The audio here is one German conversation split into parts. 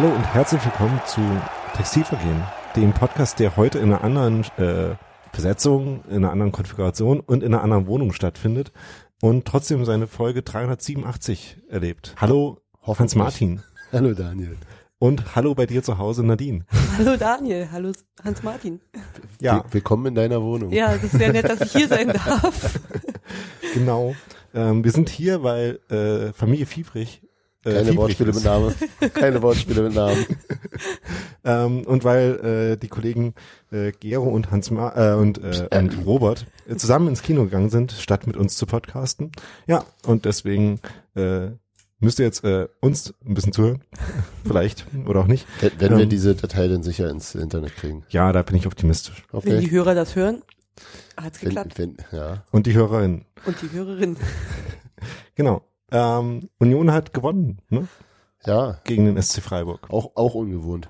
Hallo und herzlich willkommen zu Textilvergehen, dem Podcast, der heute in einer anderen Besetzung, in einer anderen Konfiguration und in einer anderen Wohnung stattfindet und trotzdem seine Folge 387 erlebt. Hallo Hans-Martin. Hallo Daniel. Und hallo bei dir zu Hause Nadine. Hallo Daniel, hallo Hans-Martin. Ja. Willkommen in deiner Wohnung. Ja, das ist sehr nett, dass ich hier sein darf. Genau. Wir sind hier, weil Familie Fiebrig keine Wortspiele mit Namen. Keine Wortspiele mit Namen. Und weil die Kollegen Gero und und Robert zusammen ins Kino gegangen sind, statt mit uns zu podcasten. Ja, und deswegen müsst ihr jetzt uns ein bisschen zuhören. Vielleicht oder auch nicht. Wenn wir diese Datei dann sicher ins Internet kriegen. Ja, da bin ich optimistisch. Okay. Wenn die Hörer das hören, hat's geklappt. Ja. Und die Hörerinnen. Und die Hörerin. Genau. Union hat gewonnen, ne? Ja. Gegen den SC Freiburg. Auch ungewohnt.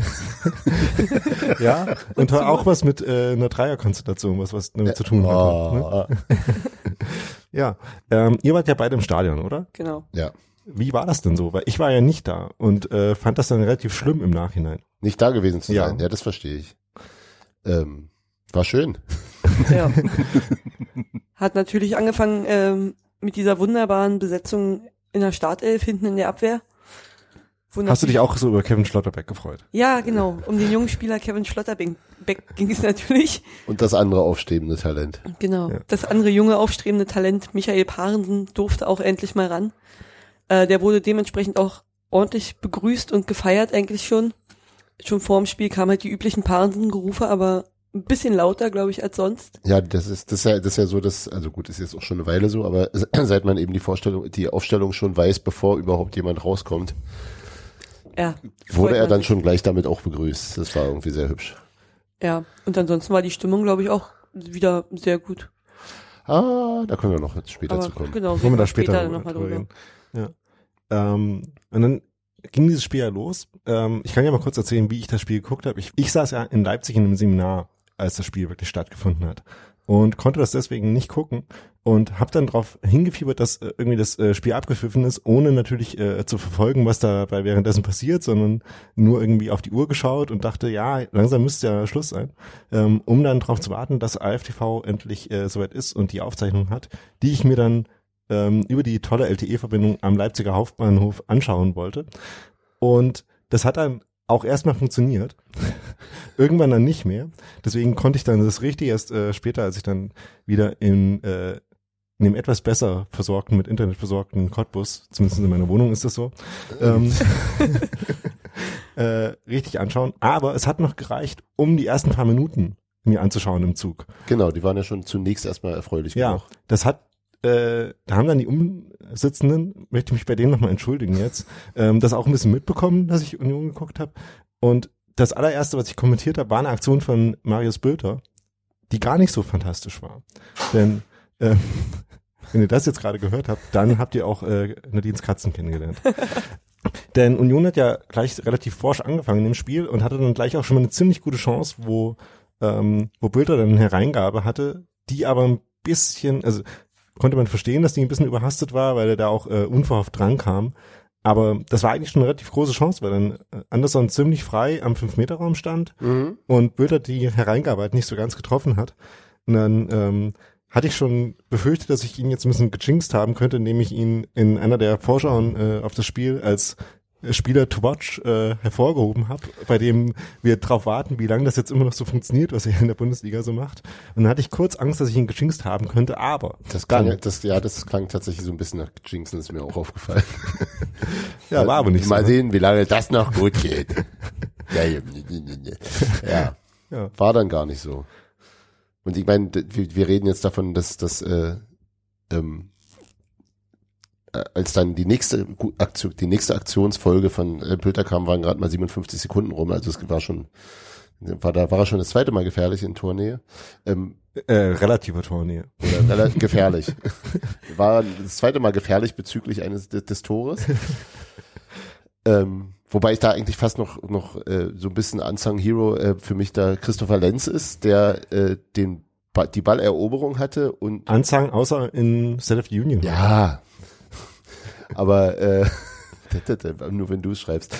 Ja, und auch was mit einer Dreierkonstellation, was damit zu tun hat. Ne? Ja, ihr wart ja beide im Stadion, oder? Genau. Ja. Wie war das denn so? Weil ich war ja nicht da und fand das dann relativ schlimm im Nachhinein. Nicht da gewesen zu sein, ja, das verstehe ich. War schön. Ja. Hat natürlich angefangen mit dieser wunderbaren Besetzung in der Startelf hinten in der Abwehr. Hast du dich auch so über Kevin Schlotterbeck gefreut? Ja, genau. Um den jungen Spieler Kevin Schlotterbeck ging es natürlich. Und das andere aufstrebende Talent. Genau. Ja. Das andere junge aufstrebende Talent, Michael Parensen, durfte auch endlich mal ran. Der wurde dementsprechend auch ordentlich begrüßt und gefeiert eigentlich schon. Schon vor dem Spiel kamen halt die üblichen Parensen-Gerufe, aber ein bisschen lauter, glaube ich, als sonst. Ja, das ist ja so, also gut, ist jetzt auch schon eine Weile so, aber seit man eben die Aufstellung schon weiß, bevor überhaupt jemand rauskommt, ja, wurde er dann schon gleich damit auch begrüßt. Das war irgendwie sehr hübsch. Ja, und ansonsten war die Stimmung, glaube ich, auch wieder sehr gut. Da können wir noch später zu kommen. Genau, kommen wir da später noch mal drüber. Ja. Und dann ging dieses Spiel ja los. Ich kann ja mal kurz erzählen, wie ich das Spiel geguckt habe. Ich saß ja in Leipzig in einem Seminar, als das Spiel wirklich stattgefunden hat und konnte das deswegen nicht gucken und habe dann darauf hingefiebert, dass irgendwie das Spiel abgepfiffen ist, ohne natürlich zu verfolgen, was dabei währenddessen passiert, sondern nur irgendwie auf die Uhr geschaut und dachte, ja, langsam müsste ja Schluss sein, um dann darauf zu warten, dass AFTV endlich soweit ist und die Aufzeichnung hat, die ich mir dann über die tolle LTE-Verbindung am Leipziger Hauptbahnhof anschauen wollte. Und das hat dann auch erstmal funktioniert. Irgendwann dann nicht mehr. Deswegen konnte ich dann das richtig erst später, als ich dann wieder in dem etwas besser versorgten, mit Internet versorgten Cottbus, zumindest in meiner Wohnung ist das so, richtig anschauen. Aber es hat noch gereicht, um die ersten paar Minuten mir anzuschauen im Zug. Genau, die waren ja schon zunächst erstmal erfreulich. Ja, genug. das hat da haben dann die Umsitzenden, möchte ich mich bei denen nochmal entschuldigen jetzt, das auch ein bisschen mitbekommen, dass ich Union geguckt habe. Und das allererste, was ich kommentiert habe, war eine Aktion von Marius Bülter, die gar nicht so fantastisch war. Denn wenn ihr das jetzt gerade gehört habt, dann habt ihr auch Nadines Katzen kennengelernt. Denn Union hat ja gleich relativ forsch angefangen in dem Spiel und hatte dann gleich auch schon mal eine ziemlich gute Chance, wo Bülter dann eine Hereingabe hatte, die aber ein bisschen, also konnte man verstehen, dass die ein bisschen überhastet war, weil er da auch unverhofft dran kam. Aber das war eigentlich schon eine relativ große Chance, weil dann Anderson ziemlich frei am 5-Meter-Raum stand und Bülter die Hereingabe halt nicht so ganz getroffen hat. Und dann hatte ich schon befürchtet, dass ich ihn jetzt ein bisschen gejinxt haben könnte, indem ich ihn in einer der Vorschauen auf das Spiel als Spieler to watch hervorgehoben habe, bei dem wir drauf warten, wie lange das jetzt immer noch so funktioniert, was er in der Bundesliga so macht. Und dann hatte ich kurz Angst, dass ich ihn gejinxt haben könnte, aber das klang tatsächlich so ein bisschen nach Jinxen, ist mir auch aufgefallen. Ja, war aber nicht mal so. Mal sehen, wie lange das noch gut geht. Ja, war dann gar nicht so. Und ich meine, wir reden jetzt davon, dass als dann die nächste Aktionsfolge von Bülter kam, waren gerade mal 57 Sekunden rum, also es war er schon das zweite Mal gefährlich in Tornähe. Relativer Tornähe. Oder gefährlich. War das zweite Mal gefährlich bezüglich des Tores. Wobei ich da eigentlich fast noch so ein bisschen Unsung Hero für mich da Christopher Lenz ist, der die Balleroberung hatte und Unsung außer in State of the Union. Ja. Aber Nur wenn du es schreibst.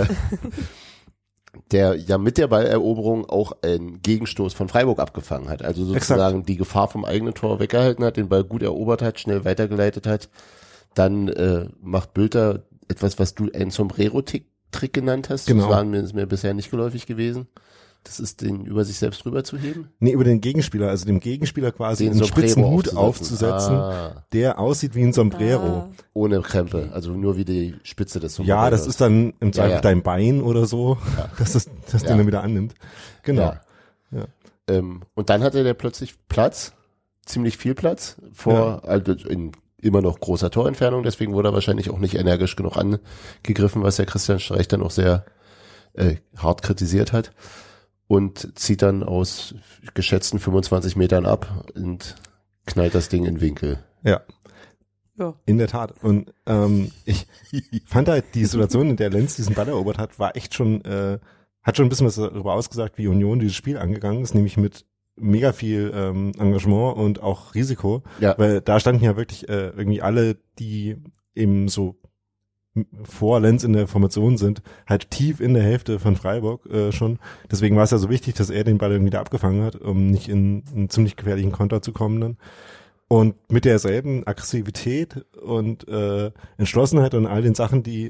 Der ja mit der Balleroberung auch einen Gegenstoß von Freiburg abgefangen hat. Also sozusagen die Gefahr vom eigenen Tor weggehalten hat, den Ball gut erobert hat, schnell weitergeleitet hat. Dann macht Bülter etwas, was du einen Sombrero-Trick genannt hast. Genau. Das ist mir bisher nicht geläufig gewesen. Das ist, den über sich selbst rüber zu heben? Nee, über den Gegenspieler, also dem Gegenspieler quasi Den einen Sombrero spitzen Hut aufzusetzen, der aussieht wie ein Sombrero. Ohne Krempe, also nur wie die Spitze des Sombreros. Ja, das ist dann im Zweifel dein Bein oder so, dass den dann wieder annimmt. Genau. Ja. Und dann hatte der plötzlich Platz, ziemlich viel Platz, also in immer noch großer Torentfernung, deswegen wurde er wahrscheinlich auch nicht energisch genug angegriffen, was ja Christian Streich dann auch sehr hart kritisiert hat. Und zieht dann aus geschätzten 25 Metern ab und knallt das Ding in den Winkel. Ja. In der Tat. Und ich fand halt die Situation, in der Lenz diesen Ball erobert hat, war echt schon, hat schon ein bisschen was darüber ausgesagt, wie Union dieses Spiel angegangen ist, nämlich mit mega viel Engagement und auch Risiko. Ja. Weil da standen ja wirklich irgendwie alle, die eben so vor Lenz in der Formation sind, halt tief in der Hälfte von Freiburg schon. Deswegen war es ja so wichtig, dass er den Ball irgendwie da abgefangen hat, um nicht in einen ziemlich gefährlichen Konter zu kommen dann. Und mit derselben Aggressivität und Entschlossenheit und all den Sachen, die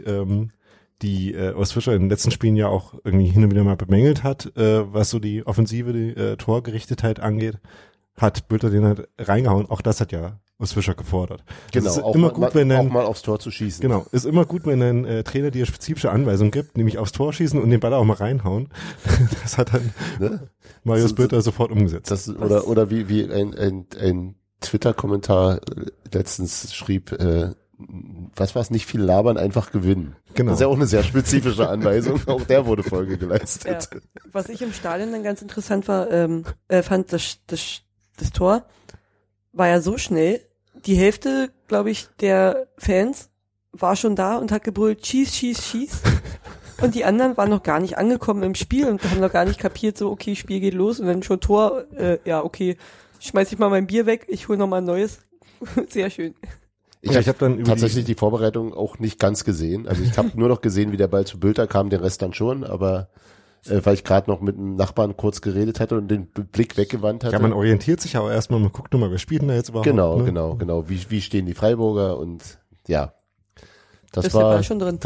Urs Fischer in den letzten Spielen ja auch irgendwie hin und wieder mal bemängelt hat, was so die Offensive, die Torgerichtetheit angeht, hat Bülter den halt reingehauen. Auch das hat ja Urs Fischer gefordert. Genau, ist auch, immer gut, wenn auch mal aufs Tor zu schießen. Genau, ist immer gut, wenn ein Trainer dir spezifische Anweisungen gibt, nämlich aufs Tor schießen und den Ball auch mal reinhauen. Das hat dann Marius Bülter sofort umgesetzt. Oder wie ein Twitter-Kommentar letztens schrieb, was war's, nicht viel labern, einfach gewinnen. Genau. Das ist ja auch eine sehr spezifische Anweisung. Auch der wurde Folge geleistet. Ja. Was ich im Stadion dann ganz interessant fand, das Tor war ja so schnell. Die Hälfte, glaube ich, der Fans war schon da und hat gebrüllt, schieß, schieß, schieß. Und die anderen waren noch gar nicht angekommen im Spiel und haben noch gar nicht kapiert, so, okay, Spiel geht los und dann schon Tor, okay, schmeiß ich mal mein Bier weg, ich hole noch mal ein neues. Sehr schön. Ich habe dann tatsächlich die Vorbereitung auch nicht ganz gesehen. Also ich habe nur noch gesehen, wie der Ball zu Bülter kam, den Rest dann schon, aber weil ich gerade noch mit einem Nachbarn kurz geredet hatte und den Blick weggewandt hatte. Ja, man orientiert sich aber erstmal, man guckt nur mal, wer spielt denn da jetzt überhaupt. Genau. Wie stehen die Freiburger und ja. Das war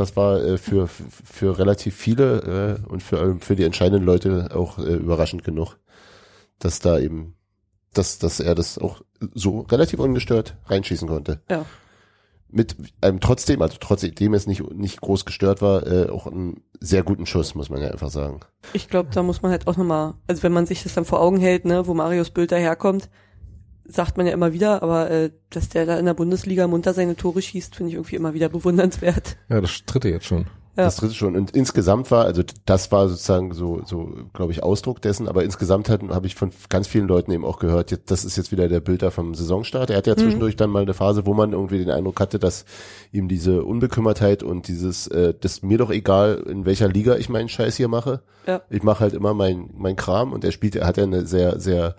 für relativ viele und für die entscheidenden Leute auch überraschend genug, dass da eben, dass er das auch so relativ ungestört reinschießen konnte. Ja. Mit einem trotzdem es nicht groß gestört war, auch einen sehr guten Schuss, muss man ja einfach sagen. Ich glaube, da muss man halt auch nochmal, also wenn man sich das dann vor Augen hält, ne, wo Marius Bülter herkommt, sagt man ja immer wieder, aber dass der da in der Bundesliga munter seine Tore schießt, finde ich irgendwie immer wieder bewundernswert. Ja, das dritte jetzt schon. Ja. Das dritte schon. Und insgesamt das war sozusagen so glaube ich, Ausdruck dessen, aber insgesamt habe ich von ganz vielen Leuten eben auch gehört, das ist jetzt wieder der Bülter vom Saisonstart. Er hatte ja zwischendurch dann mal eine Phase, wo man irgendwie den Eindruck hatte, dass ihm diese Unbekümmertheit und dieses, das mir doch egal, in welcher Liga ich meinen Scheiß hier mache. Ja. Ich mache halt immer mein Kram und er hat ja eine sehr, sehr,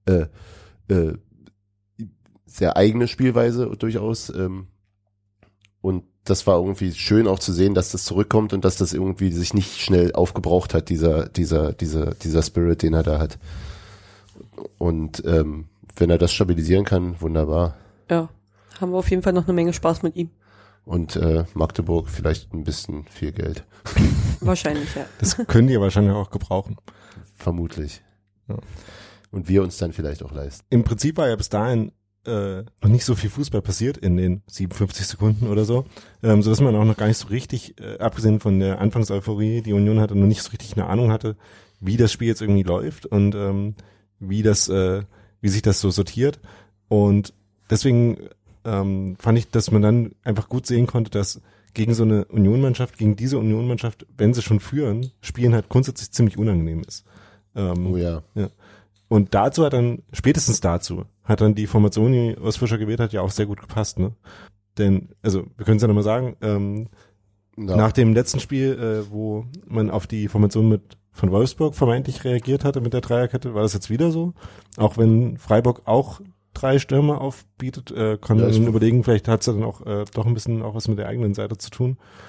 sehr eigene Spielweise durchaus, und das war irgendwie schön auch zu sehen, dass das zurückkommt und dass das irgendwie sich nicht schnell aufgebraucht hat, dieser Spirit, den er da hat. Und wenn er das stabilisieren kann, wunderbar. Ja, haben wir auf jeden Fall noch eine Menge Spaß mit ihm. Und Magdeburg vielleicht ein bisschen viel Geld. Wahrscheinlich, ja. Das können die ja wahrscheinlich auch gebrauchen. Vermutlich. Ja. Und wir uns dann vielleicht auch leisten. Im Prinzip war ja bis dahin noch nicht so viel Fußball passiert in den 57 Sekunden oder so, so dass man auch noch gar nicht so richtig, abgesehen von der Anfangseuphorie, die Union hatte, noch nicht so richtig eine Ahnung hatte, wie das Spiel jetzt irgendwie läuft und wie sich das so sortiert. Und deswegen fand ich, dass man dann einfach gut sehen konnte, dass gegen so eine Union-Mannschaft, gegen diese Union-Mannschaft, wenn sie schon spielen halt grundsätzlich ziemlich unangenehm ist. Oh ja. Und spätestens dazu hat dann die Formation, die Urs Fischer gewählt hat, ja auch sehr gut gepasst, ne? Denn, also, wir können es ja nochmal sagen, nach dem letzten Spiel, wo man auf die Formation von Wolfsburg vermeintlich reagiert hatte mit der Dreierkette, war das jetzt wieder so. Auch wenn Freiburg auch 3 Stürmer aufbietet, kann man überlegen, vielleicht hat es ja dann auch doch ein bisschen auch was mit der eigenen Seite zu tun.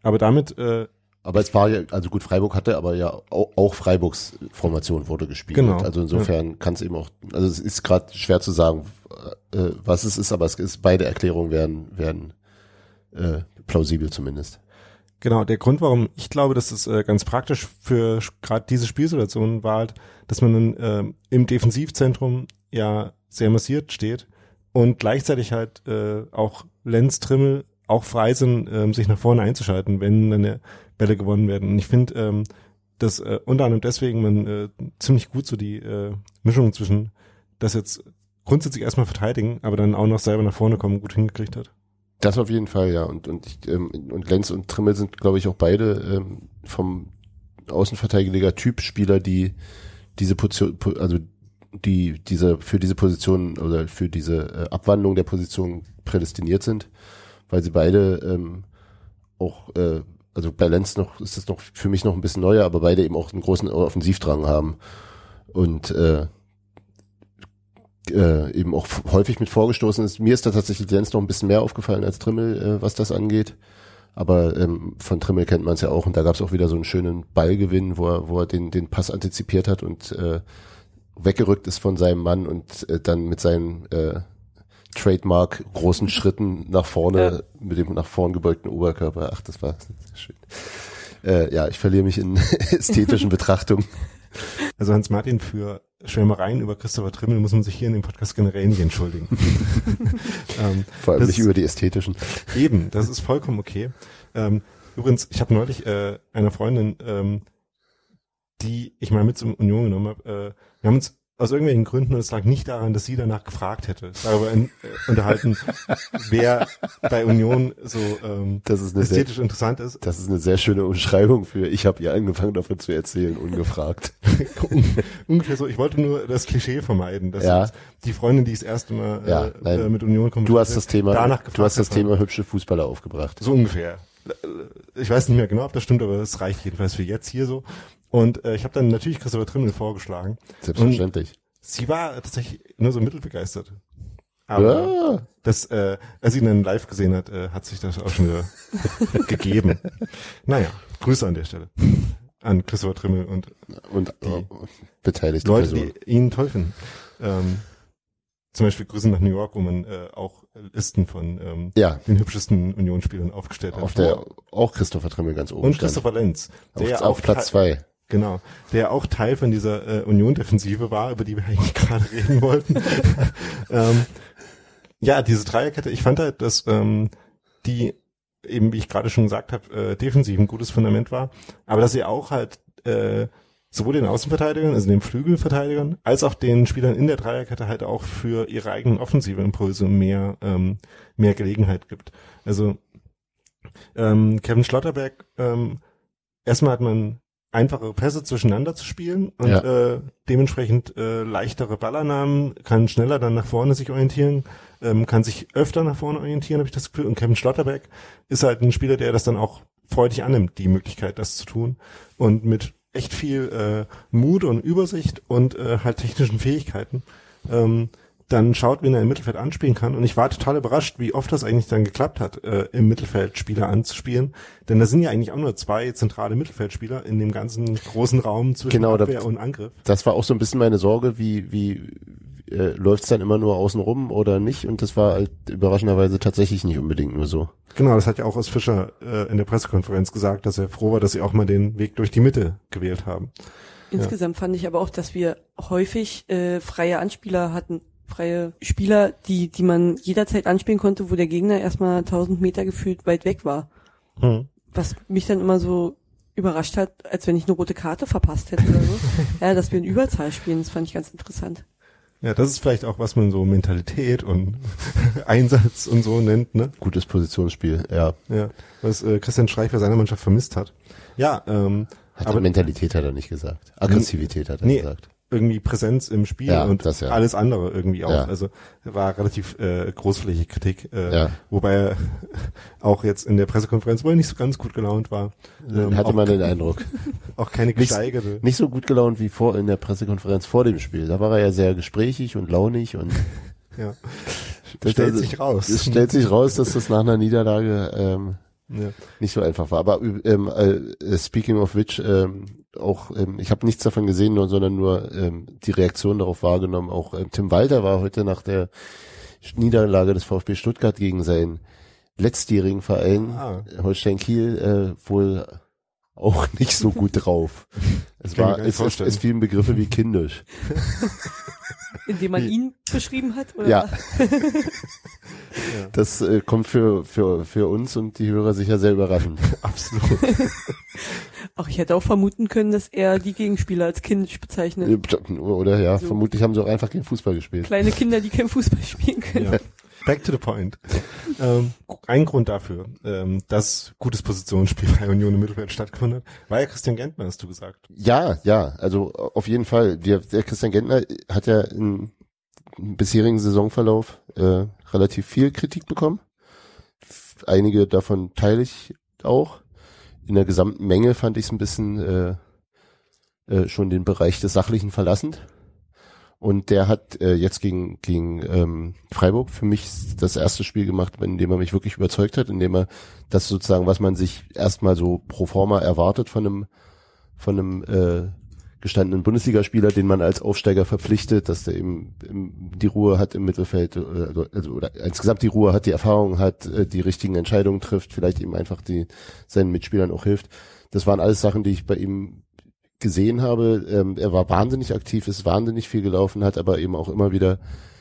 Aber damit aber es war ja, also gut, Freiburg hatte aber ja auch Freiburgs Formation wurde gespielt. Genau. Also insofern kann es eben auch, also es ist gerade schwer zu sagen, was es ist, aber es ist, beide Erklärungen werden plausibel zumindest. Genau, der Grund, warum ich glaube, dass es ganz praktisch für gerade diese Spielsituation war halt, dass man dann im Defensivzentrum ja sehr massiert steht und gleichzeitig halt auch Lenz, Trimmel auch frei sind, sich nach vorne einzuschalten, wenn dann Bälle gewonnen werden. Und ich finde, dass unter anderem deswegen man ziemlich gut so die Mischung zwischen das jetzt grundsätzlich erstmal verteidigen, aber dann auch noch selber nach vorne kommen, gut hingekriegt hat. Das auf jeden Fall, ja. Und Lenz und Trimmel sind, glaube ich, auch beide vom Außenverteidiger-Typ Spieler, die diese Position, also für diese Position oder für diese Abwandlung der Position prädestiniert sind, weil sie beide auch, also bei Lenz noch ist das noch für mich noch ein bisschen neuer, aber beide eben auch einen großen Offensivdrang haben und eben auch häufig mit vorgestoßen ist. Mir ist da tatsächlich Lenz noch ein bisschen mehr aufgefallen als Trimmel, was das angeht. Aber von Trimmel kennt man es ja auch und da gab es auch wieder so einen schönen Ballgewinn, wo er den Pass antizipiert hat und weggerückt ist von seinem Mann und dann mit seinen Trademark großen Schritten nach vorne, mit dem nach vorn gebeugten Oberkörper. Ach, das war sehr schön. Ja, ich verliere mich in ästhetischen Betrachtungen. Also Hans-Martin, für Schwärmereien über Christopher Trimmel muss man sich hier in dem Podcast generell nicht entschuldigen. Vor allem nicht über die ästhetischen. Eben, das ist vollkommen okay. Übrigens, ich habe neulich einer Freundin, die ich mal mit zum Union genommen habe, wir haben uns aus irgendwelchen Gründen, und es lag nicht daran, dass sie danach gefragt hätte, darüber unterhalten, wer bei Union so ästhetisch interessant ist. Das ist eine sehr schöne Umschreibung für, ich habe ihr angefangen davon zu erzählen, ungefragt. Ungefähr so, ich wollte nur das Klischee vermeiden, dass die Freundin, die das erste Mal mit Union kommt, du hast das Thema hübsche Fußballer aufgebracht. So ungefähr. Ich weiß nicht mehr genau, ob das stimmt, aber es reicht jedenfalls für jetzt hier so. Und ich habe dann natürlich Christopher Trimmel vorgeschlagen. Selbstverständlich. Und sie war tatsächlich nur so mittelbegeistert. Aber als sie ihn dann live gesehen hat, hat sich das auch schon wieder gegeben. Naja, Grüße an der Stelle. An Christopher Trimmel und die beteiligte Leute, Person, die ihn toll finden. Zum Beispiel Grüße nach New York, wo man auch Listen von den hübschesten Unionsspielern aufgestellt hat. Auf der auch Christopher Trimmel ganz oben und stand. Christopher Lenz. Der auf Platz 2. Genau, der auch Teil von dieser Union-Defensive war, über die wir eigentlich gerade reden wollten. Diese Dreierkette, ich fand halt, dass die eben, wie ich gerade schon gesagt habe, defensiv ein gutes Fundament war, aber dass sie auch halt sowohl den Außenverteidigern, also den Flügelverteidigern, als auch den Spielern in der Dreierkette halt auch für ihre eigenen offensive Impulse mehr Gelegenheit gibt. Also Kevin Schlotterbeck, erstmal hat man einfache Pässe zwischeneinander zu spielen und dementsprechend leichtere Ballannahmen, kann schneller dann nach vorne sich orientieren, kann sich öfter nach vorne orientieren, habe ich das Gefühl. Und Kevin Schlotterbeck ist halt ein Spieler, der das dann auch freudig annimmt, die Möglichkeit, das zu tun. Und mit echt viel Mut und Übersicht und halt technischen Fähigkeiten dann schaut, wen er im Mittelfeld anspielen kann. Und ich war total überrascht, wie oft das eigentlich dann geklappt hat, im Mittelfeld Spieler anzuspielen. Denn da sind ja eigentlich auch nur 2 zentrale Mittelfeldspieler in dem ganzen großen Raum zwischen Abwehr und Angriff. Das war auch so ein bisschen meine Sorge, wie läuft's dann immer nur außen rum oder nicht? Und das war halt überraschenderweise tatsächlich nicht unbedingt nur so. Genau, das hat ja auch Urs Fischer in der Pressekonferenz gesagt, dass er froh war, dass sie auch mal den Weg durch die Mitte gewählt haben. Insgesamt fand ich aber auch, dass wir häufig freie Anspieler hatten. Freie Spieler, die man jederzeit anspielen konnte, wo der Gegner erstmal 1000 Meter gefühlt weit weg war. Was mich dann immer so überrascht hat, als wenn ich eine rote Karte verpasst hätte oder so. Ja, dass wir in Überzahl spielen, das fand ich ganz interessant. Ja, das ist vielleicht auch, was man so Mentalität und Einsatz und so nennt, ne? Gutes Positionsspiel, ja. Ja, was Christian Streich bei seiner Mannschaft vermisst hat. Ja, aber Mentalität hat er nicht gesagt. Aggressivität hat er gesagt. Irgendwie Präsenz im Spiel und alles andere irgendwie auch. Ja. Also war relativ großflächige Kritik, wobei er auch jetzt in der Pressekonferenz wohl nicht so ganz gut gelaunt war. Hatte man den Eindruck. Auch keine gesteigerte. Nicht so gut gelaunt wie in der Pressekonferenz vor dem Spiel. Da war er ja sehr gesprächig und launig und ja. Es stellt sich raus, dass das nach einer Niederlage nicht so einfach war. Aber speaking of which, ich habe nichts davon gesehen, sondern nur die Reaktion darauf wahrgenommen. Auch Tim Walter war heute nach der Niederlage des VfB Stuttgart gegen seinen letztjährigen Verein Holstein Kiel wohl auch nicht so gut drauf. Es fielen Begriffe wie kindisch. Indem man ihn beschrieben hat? Oder? Ja. Das kommt für uns und die Hörer sicher sehr überraschend. Absolut. Ach, ich hätte auch vermuten können, dass er die Gegenspieler als kindisch bezeichnet. Oder ja, so. Vermutlich haben sie auch einfach keinen Fußball gespielt. Kleine Kinder, die kein Fußball spielen können. Ja. Back to the point. Ein Grund dafür, dass gutes Positionsspiel bei Union im Mittelfeld stattgefunden hat, war ja Christian Gentner, hast du gesagt. Ja, also auf jeden Fall. Der Christian Gentner hat ja im bisherigen Saisonverlauf relativ viel Kritik bekommen. Einige davon teile ich auch. In der gesamten Menge fand ich es ein bisschen schon den Bereich des Sachlichen verlassend. Und der hat jetzt gegen Freiburg für mich das erste Spiel gemacht, in dem er mich wirklich überzeugt hat, indem er das sozusagen, was man sich erstmal so pro forma erwartet von einem gestandenen Bundesligaspieler, den man als Aufsteiger verpflichtet, dass der eben die Ruhe hat im Mittelfeld, oder insgesamt die Ruhe hat, die Erfahrung hat, die richtigen Entscheidungen trifft, vielleicht eben einfach seinen Mitspielern auch hilft. Das waren alles Sachen, die ich bei ihm gesehen habe. Er war wahnsinnig aktiv, ist wahnsinnig viel gelaufen, hat aber eben auch immer wieder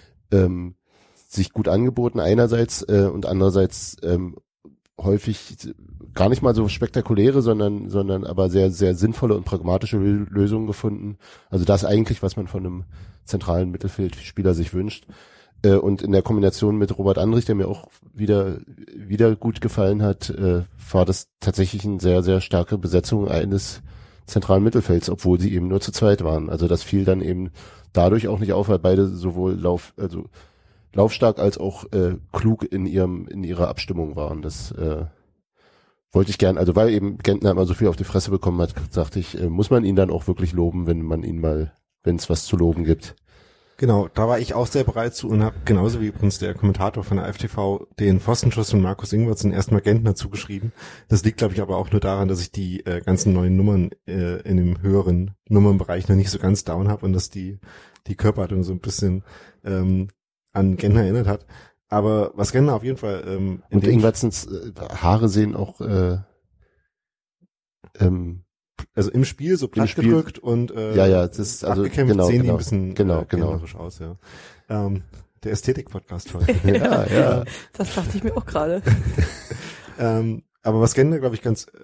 sich gut angeboten einerseits und andererseits häufig gar nicht mal so spektakuläre, sondern aber sehr, sehr sinnvolle und pragmatische Lösungen gefunden. Also das eigentlich, was man von einem zentralen Mittelfeldspieler sich wünscht. Und in der Kombination mit Robert Andrich, der mir auch wieder gut gefallen hat, war das tatsächlich eine sehr, sehr starke Besetzung eines zentralen Mittelfelds, obwohl sie eben nur zu zweit waren. Also das fiel dann eben dadurch auch nicht auf, weil beide sowohl laufstark als auch klug in ihrer Abstimmung waren. Das wollte ich gern, also weil eben Gentner immer so viel auf die Fresse bekommen hat, dachte ich, muss man ihn dann auch wirklich loben, wenn es was zu loben gibt. Genau, da war ich auch sehr bereit zu und habe genauso wie übrigens der Kommentator von der AfTV den Pfostenschuss von Markus Ingwertsen erstmal Gentner zugeschrieben. Das liegt, glaube ich, aber auch nur daran, dass ich die ganzen neuen Nummern in dem höheren Nummernbereich noch nicht so ganz down habe und dass die Körperhaltung so ein bisschen an Gentner erinnert hat. Aber was Gentner auf jeden Fall und Ingwertsens Haare sehen auch also im Spiel so platt gedrückt und das ist also abgekämpft sehen die ein bisschen kämpferisch aus, ja. Der Ästhetik-Podcast heute. ja. Das dachte ich mir auch gerade. Aber was Gentner, glaube ich, ganz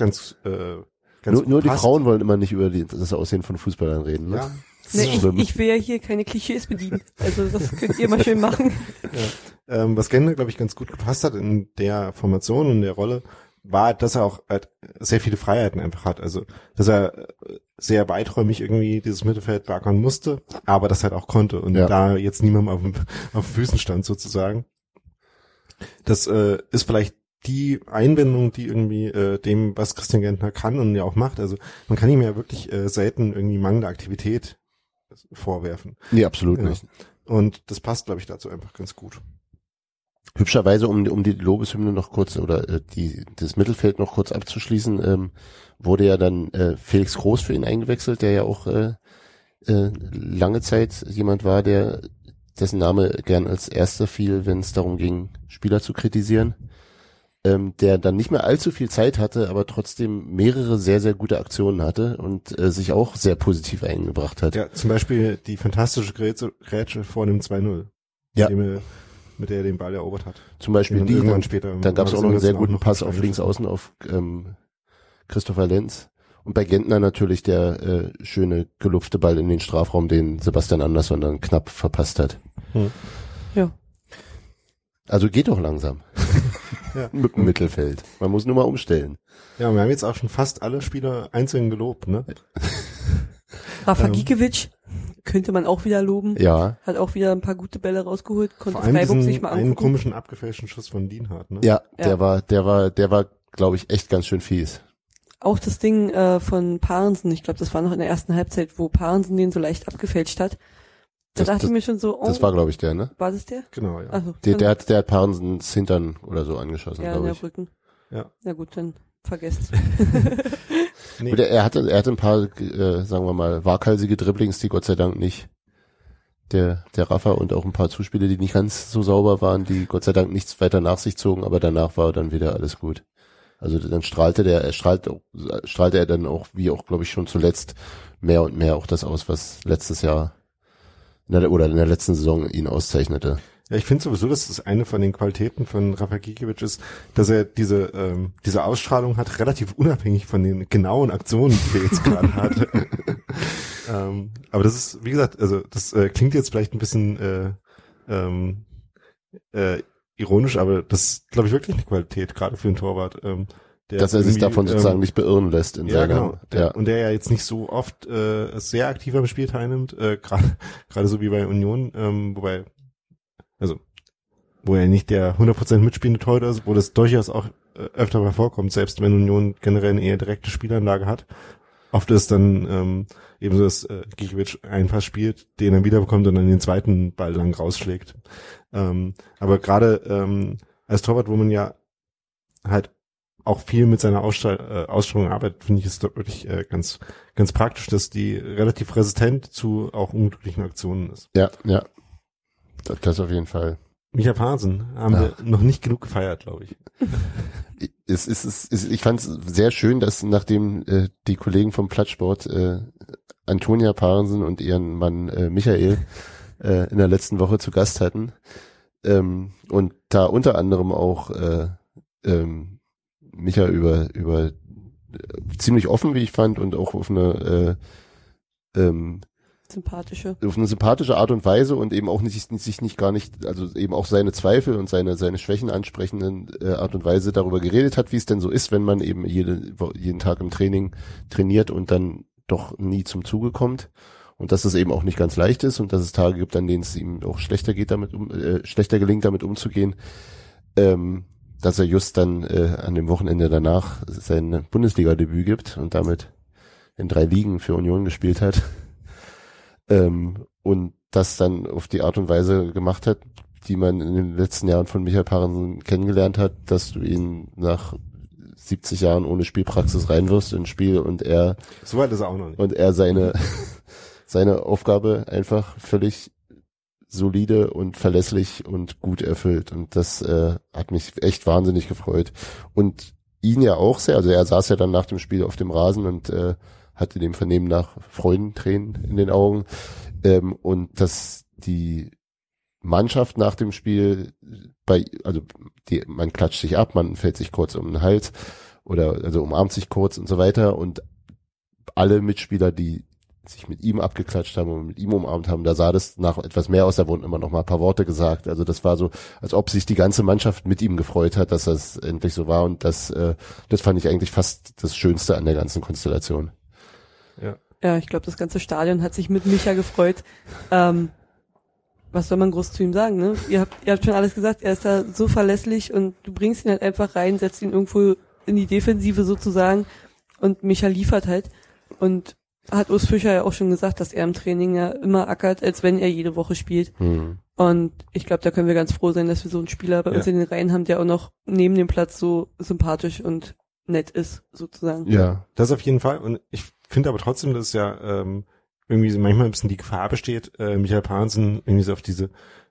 nur die Frauen wollen immer nicht über das Aussehen von Fußballern reden, ne? Ja. Ich will ja hier keine Klischees bedienen. Also das könnt ihr mal schön machen. Ja. Was Gentner, glaube ich, ganz gut gepasst hat in der Formation und der Rolle, war, dass er auch halt sehr viele Freiheiten einfach hat. Also, dass er sehr weiträumig irgendwie dieses Mittelfeld beackern musste, aber das halt auch konnte und da jetzt niemandem auf Füßen stand sozusagen. Das ist vielleicht die Einwendung, die irgendwie dem, was Christian Gentner kann und ja auch macht. Also man kann ihm ja wirklich selten irgendwie mangelnde Aktivität vorwerfen. Nee, absolut nicht. Und das passt, glaube ich, dazu einfach ganz gut. Hübscherweise, um die Lobeshymne noch kurz oder das Mittelfeld noch kurz abzuschließen, wurde ja dann Felix Groß für ihn eingewechselt, der ja auch lange Zeit jemand war, dessen Name gern als erster fiel, wenn es darum ging, Spieler zu kritisieren, der dann nicht mehr allzu viel Zeit hatte, aber trotzdem mehrere sehr, sehr gute Aktionen hatte und sich auch sehr positiv eingebracht hat. Ja, zum Beispiel die fantastische Grätsche vor dem 2-0. Ja. Mit der er den Ball erobert hat. Zum Beispiel irgendwann später. Dann gab es auch noch einen sehr guten Pass auf links außen auf Christopher Lenz. Und bei Gentner natürlich der schöne gelupfte Ball in den Strafraum, den Sebastian Andersson dann knapp verpasst hat. Ja. Also geht doch langsam. Ja. Mit dem Mittelfeld. Man muss nur mal umstellen. Ja, wir haben jetzt auch schon fast alle Spieler einzeln gelobt, ne? Rafa Gikiewicz könnte man auch wieder loben. Ja. Hat auch wieder ein paar gute Bälle rausgeholt, konnte vor allem Freiburg sich mal angucken. einen komischen abgefälschten Schuss von Lienhardt, ne? Ja, der war, glaube ich, echt ganz schön fies. Auch das Ding von Parensen, ich glaube, das war noch in der ersten Halbzeit, wo Parensen den so leicht abgefälscht hat. Da dachte ich mir schon so, das war, glaube ich, der, ne? War das der? Genau, ja. Also, Der hat Parensens Hintern oder so angeschossen, ja, glaube in ich. der Rücken. Ja. Na gut, dann vergesst. Nee. Er hatte ein paar, sagen wir mal, waghalsige Dribblings, die Gott sei Dank nicht der Rafa und auch ein paar Zuspiele, die nicht ganz so sauber waren, die Gott sei Dank nichts weiter nach sich zogen, aber danach war dann wieder alles gut. Also dann strahlte er dann auch, wie auch, glaube ich, schon zuletzt mehr und mehr auch das aus, was letztes Jahr in der letzten Saison ihn auszeichnete. Ja, ich finde sowieso, dass das eine von den Qualitäten von Rafa Gikiewicz ist, dass er diese Ausstrahlung hat, relativ unabhängig von den genauen Aktionen, die er jetzt gerade hat. Aber das ist, wie gesagt, also das klingt jetzt vielleicht ein bisschen ironisch, aber das ist, glaube ich, wirklich eine Qualität, gerade für einen Torwart. Dass er sich davon sozusagen nicht beirren lässt in seiner. Genau. Und der ja jetzt nicht so oft sehr aktiv am Spiel teilnimmt, gerade so wie bei Union, wo er nicht der 100% mitspielende Torhüter ist, wo das durchaus auch öfter mal vorkommt, selbst wenn Union generell eine eher direkte Spielanlage hat. Oft ist dann eben so, dass Gikiewicz einen Pass spielt, den er wiederbekommt und dann den zweiten Ball lang rausschlägt. Aber gerade als Torwart, wo man ja halt auch viel mit seiner Ausstrahlung arbeitet, finde ich es wirklich ganz, ganz praktisch, dass die relativ resistent zu auch unglücklichen Aktionen ist. Ja. Das auf jeden Fall. Micha Parensen haben wir noch nicht genug gefeiert, glaube ich. Ich fand es sehr schön, dass nachdem die Kollegen vom Plattsport Antonia Parensen und ihren Mann Michael in der letzten Woche zu Gast hatten und da unter anderem auch Micha über ziemlich offen, wie ich fand, und auch auf eine sympathische Art und Weise und eben auch also eben auch seine Zweifel und seine Schwächen ansprechenden Art und Weise darüber geredet hat, wie es denn so ist, wenn man eben jeden Tag im Training trainiert und dann doch nie zum Zuge kommt und dass es eben auch nicht ganz leicht ist und dass es Tage gibt, an denen es ihm auch schlechter gelingt, damit umzugehen, dass er just dann an dem Wochenende danach sein Bundesliga-Debüt gibt und damit in 3 Ligen für Union gespielt hat. Und das dann auf die Art und Weise gemacht hat, die man in den letzten Jahren von Michael Parensen kennengelernt hat, dass du ihn nach 70 Jahren ohne Spielpraxis reinwirfst ins Spiel und er so weit ist er auch noch nicht. Und er seine Aufgabe einfach völlig solide und verlässlich und gut erfüllt. Und das hat mich echt wahnsinnig gefreut. Und ihn ja auch sehr, also er saß ja dann nach dem Spiel auf dem Rasen und hatte dem Vernehmen nach Freudentränen in den Augen. Und dass die Mannschaft nach dem Spiel man klatscht sich ab, man fällt sich kurz um den Hals also umarmt sich kurz und so weiter. Und alle Mitspieler, die sich mit ihm abgeklatscht haben und mit ihm umarmt haben, da sah das nach etwas mehr aus, da wurden immer noch mal ein paar Worte gesagt. Also das war so, als ob sich die ganze Mannschaft mit ihm gefreut hat, dass das endlich so war. Und das fand ich eigentlich fast das Schönste an der ganzen Konstellation. Ja, ich glaube, das ganze Stadion hat sich mit Micha gefreut. Was soll man groß zu ihm sagen, ne? Ihr habt schon alles gesagt, er ist da so verlässlich und du bringst ihn halt einfach rein, setzt ihn irgendwo in die Defensive sozusagen und Micha liefert halt. Und hat Urs Fischer ja auch schon gesagt, dass er im Training ja immer ackert, als wenn er jede Woche spielt. Mhm. Und ich glaube, da können wir ganz froh sein, dass wir so einen Spieler bei uns in den Reihen haben, der auch noch neben dem Platz so sympathisch und nett ist, sozusagen. Ja, das auf jeden Fall. Und ich finde aber trotzdem, dass es ja irgendwie so manchmal ein bisschen die Gefahr besteht, Michael Parensen irgendwie so auf diese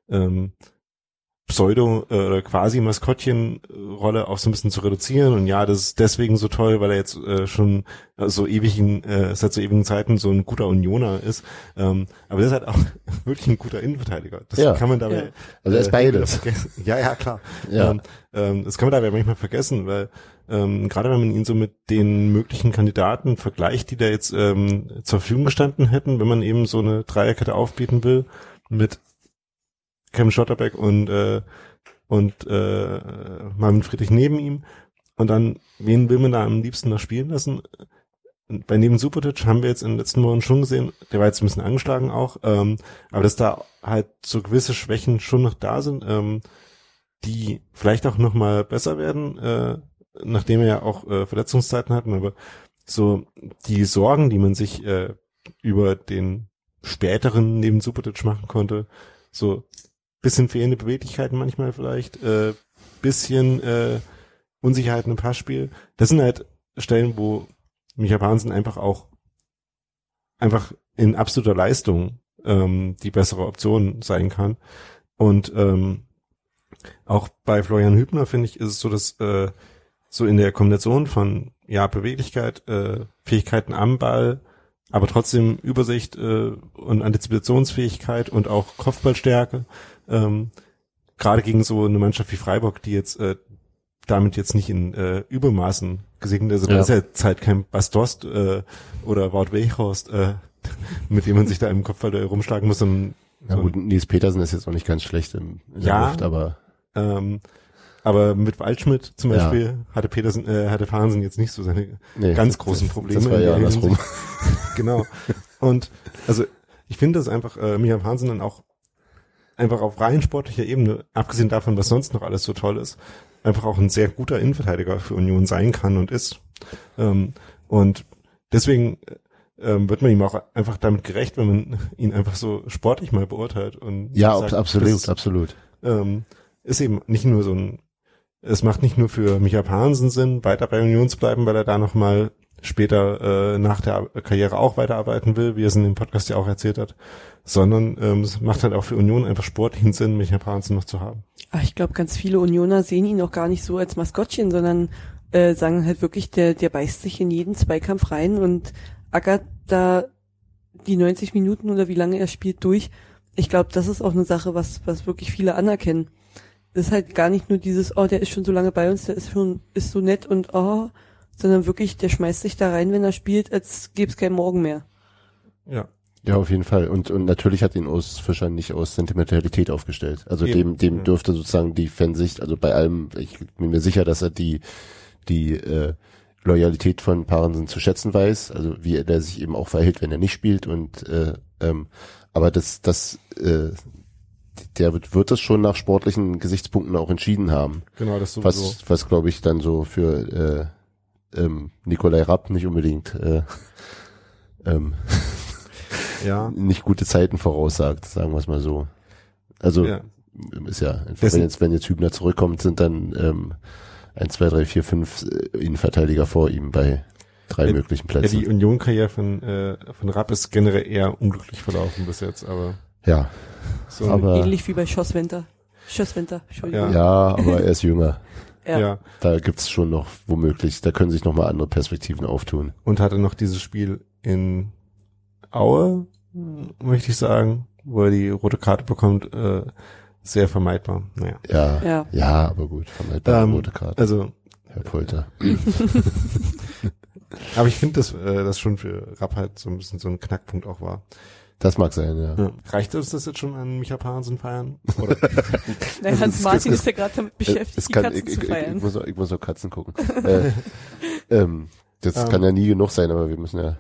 Pseudo- oder quasi Maskottchenrolle auch so ein bisschen zu reduzieren. Und ja, das ist deswegen so toll, weil er jetzt schon seit so ewigen Zeiten so ein guter Unioner ist. Aber der ist halt auch wirklich ein guter Innenverteidiger. Das kann man dabei. Also er ist beides. Ja, klar. Ja. Das kann man dabei manchmal vergessen, weil gerade wenn man ihn so mit den möglichen Kandidaten vergleicht, die da jetzt zur Verfügung gestanden hätten, wenn man eben so eine Dreierkette aufbieten will mit Kevin Schotterbeck und Marvin Friedrich neben ihm. Und dann, wen will man da am liebsten noch spielen lassen? Bei neben Subotic haben wir jetzt in den letzten Wochen schon gesehen, der war jetzt ein bisschen angeschlagen auch, aber dass da halt so gewisse Schwächen schon noch da sind, die vielleicht auch noch mal besser werden, nachdem wir ja auch Verletzungszeiten hatten, aber so die Sorgen, die man sich über den späteren neben Subotic machen konnte, so bisschen fehlende Beweglichkeiten manchmal vielleicht, bisschen Unsicherheiten im Passspiel. Das sind halt Stellen, wo Micha Parensen einfach in absoluter Leistung die bessere Option sein kann. Und auch bei Florian Hübner, finde ich, ist es so, dass so in der Kombination von Beweglichkeit, Fähigkeiten am Ball, aber trotzdem Übersicht und Antizipationsfähigkeit und auch Kopfballstärke, gerade gegen so eine Mannschaft wie Freiburg, die jetzt damit jetzt nicht in Übermaßen gesegnet ist. Also da ist ja jetzt halt kein Bastost oder Wout Weghorst, mit dem man sich da im Kopfball rumschlagen muss. Ja gut, Nils Petersen ist jetzt auch nicht ganz schlecht in der Luft, aber mit Waldschmidt zum Beispiel hatte Parensen jetzt nicht so seine ganz großen Probleme. Das war ja andersrum. Genau. Und also ich finde, dass einfach Micha Parensen dann auch einfach auf rein sportlicher Ebene, abgesehen davon, was sonst noch alles so toll ist, einfach auch ein sehr guter Innenverteidiger für Union sein kann und ist. Und deswegen wird man ihm auch einfach damit gerecht, wenn man ihn einfach so sportlich mal beurteilt. Und sagt, absolut. Ist eben nicht nur es macht nicht nur für Micha Parensen Sinn, weiter bei Union zu bleiben, weil er da nochmal später nach der Karriere auch weiterarbeiten will, wie er es in dem Podcast ja auch erzählt hat, sondern es macht halt auch für Union einfach sportlichen Sinn, Micha Parensen noch zu haben. Ach, ich glaube, ganz viele Unioner sehen ihn auch gar nicht so als Maskottchen, sondern sagen halt wirklich, der beißt sich in jeden Zweikampf rein und ackert da die 90 Minuten oder wie lange er spielt durch. Ich glaube, das ist auch eine Sache, was wirklich viele anerkennen. Das ist halt gar nicht nur dieses, oh, der ist schon so lange bei uns, der ist so nett und sondern wirklich, der schmeißt sich da rein, wenn er spielt, als gäbe es keinen Morgen mehr. Ja. Ja, auf jeden Fall. Und natürlich hat ihn Urs Fischer nicht aus Sentimentalität aufgestellt. Also dem dürfte sozusagen die Fansicht, also bei allem, ich bin mir sicher, dass er die Loyalität von Parensen zu schätzen weiß, also wie er sich eben auch verhält, wenn er nicht spielt und aber der wird das schon nach sportlichen Gesichtspunkten auch entschieden haben. Genau, das sowieso. Was glaube ich dann so für Nikolai Rapp nicht unbedingt nicht gute Zeiten voraussagt, sagen wir es mal so. Also ist ja, wenn jetzt Hübner zurückkommt, sind dann 1, 2, 3, 4, 5 Innenverteidiger vor ihm bei 3 möglichen Plätzen. Ja, die Union-Karriere von Rapp ist generell eher unglücklich verlaufen bis jetzt, aber ja. So aber ähnlich wie bei Schosswenter, Entschuldigung. Ja, aber er ist jünger. Ja. Da gibt's schon noch womöglich, da können sich noch mal andere Perspektiven auftun. Und hatte noch dieses Spiel in Aue, möchte ich sagen, wo er die rote Karte bekommt, sehr vermeidbar. Naja. Ja, aber gut, vermeidbar rote Karte. Also Herr Polter. Aber ich finde, dass das schon für Rapp halt so ein bisschen so ein Knackpunkt auch war. Das mag sein, ja. Reicht uns das jetzt schon an Micha Parensen feiern? Oder? Nein, Hans-Martin ist ja gerade damit beschäftigt, die Katzen zu feiern. Ich muss auch Katzen gucken. Das kann ja nie genug sein, aber wir müssen ja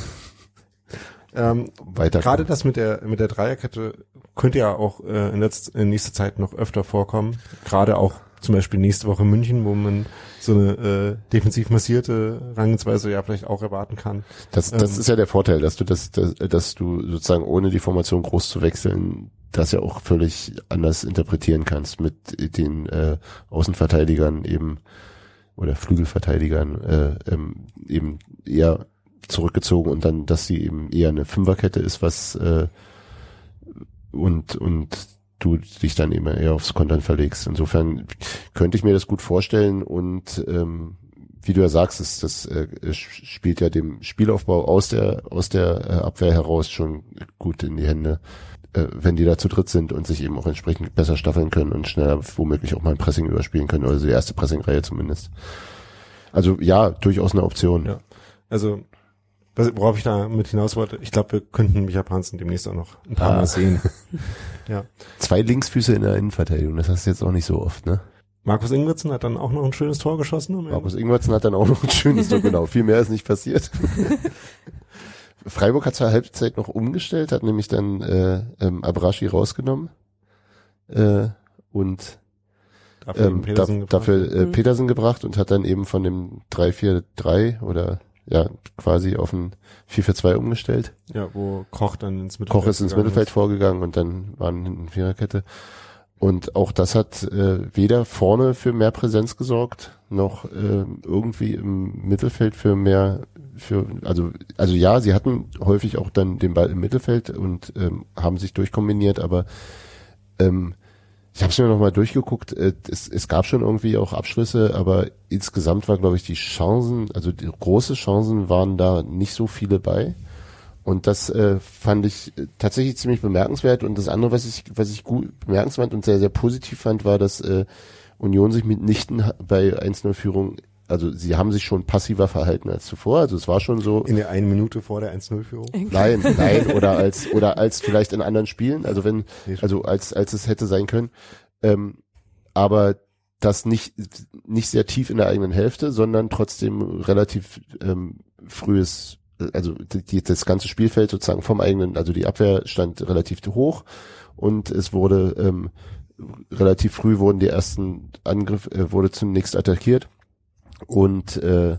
weiter. Gerade das mit der Dreierkette könnte ja auch in nächster Zeit noch öfter vorkommen. Gerade auch zum Beispiel nächste Woche in München, wo man so eine defensiv massierte Herangehensweise ja vielleicht auch erwarten kann. Das ist ja der Vorteil, dass du dass du sozusagen ohne die Formation groß zu wechseln, das ja auch völlig anders interpretieren kannst mit den Außenverteidigern eben oder Flügelverteidigern eben eher zurückgezogen und dann, dass sie eben eher eine Fünferkette ist, was und du dich dann eben eher aufs Kontern verlegst. Insofern könnte ich mir das gut vorstellen und wie du ja sagst, das spielt ja dem Spielaufbau aus der Abwehr heraus schon gut in die Hände, wenn die da zu dritt sind und sich eben auch entsprechend besser staffeln können und schneller womöglich auch mal ein Pressing überspielen können, also die erste Pressingreihe zumindest. Also ja, durchaus eine Option. Ja. Also worauf ich da mit hinaus wollte, ich glaube, wir könnten Micha Parensen demnächst auch noch ein paar Mal sehen. Ja. 2 Linksfüße in der Innenverteidigung, das hast du jetzt auch nicht so oft, ne? Markus Ingwertsen hat dann auch noch ein schönes Tor geschossen. Markus Ingwertsen hat dann auch noch ein schönes Tor, genau. Viel mehr ist nicht passiert. Freiburg hat zur Halbzeit noch umgestellt, hat nämlich dann Abrashi rausgenommen und dafür Petersen gebracht und hat dann eben von dem 3-4-3 oder ja quasi auf ein 4-4-2 umgestellt. Ja, wo Koch dann ins Mittelfeld vorgegangen und dann waren hinten Viererkette. Und auch das hat weder vorne für mehr Präsenz gesorgt, noch irgendwie im Mittelfeld für mehr, also ja, sie hatten häufig auch dann den Ball im Mittelfeld und haben sich durchkombiniert, aber ich habe es mir nochmal durchgeguckt, es gab schon irgendwie auch Abschlüsse, aber insgesamt war, glaube ich, die Chancen, also die große Chancen waren da nicht so viele bei. Und das fand ich tatsächlich ziemlich bemerkenswert. Und das andere, was ich gut bemerkenswert und sehr, sehr positiv fand, war, dass Union sich mitnichten bei 1-0-Führung, also sie haben sich schon passiver verhalten als zuvor. Also es war schon so. In der 1 Minute vor der 1-0-Führung? Nein, oder als vielleicht in anderen Spielen, also als es hätte sein können. Aber das nicht sehr tief in der eigenen Hälfte, sondern trotzdem relativ frühes, also das ganze Spielfeld sozusagen vom eigenen, also die Abwehr stand relativ hoch und es wurde relativ früh wurden die ersten Angriffe, wurde zunächst attackiert und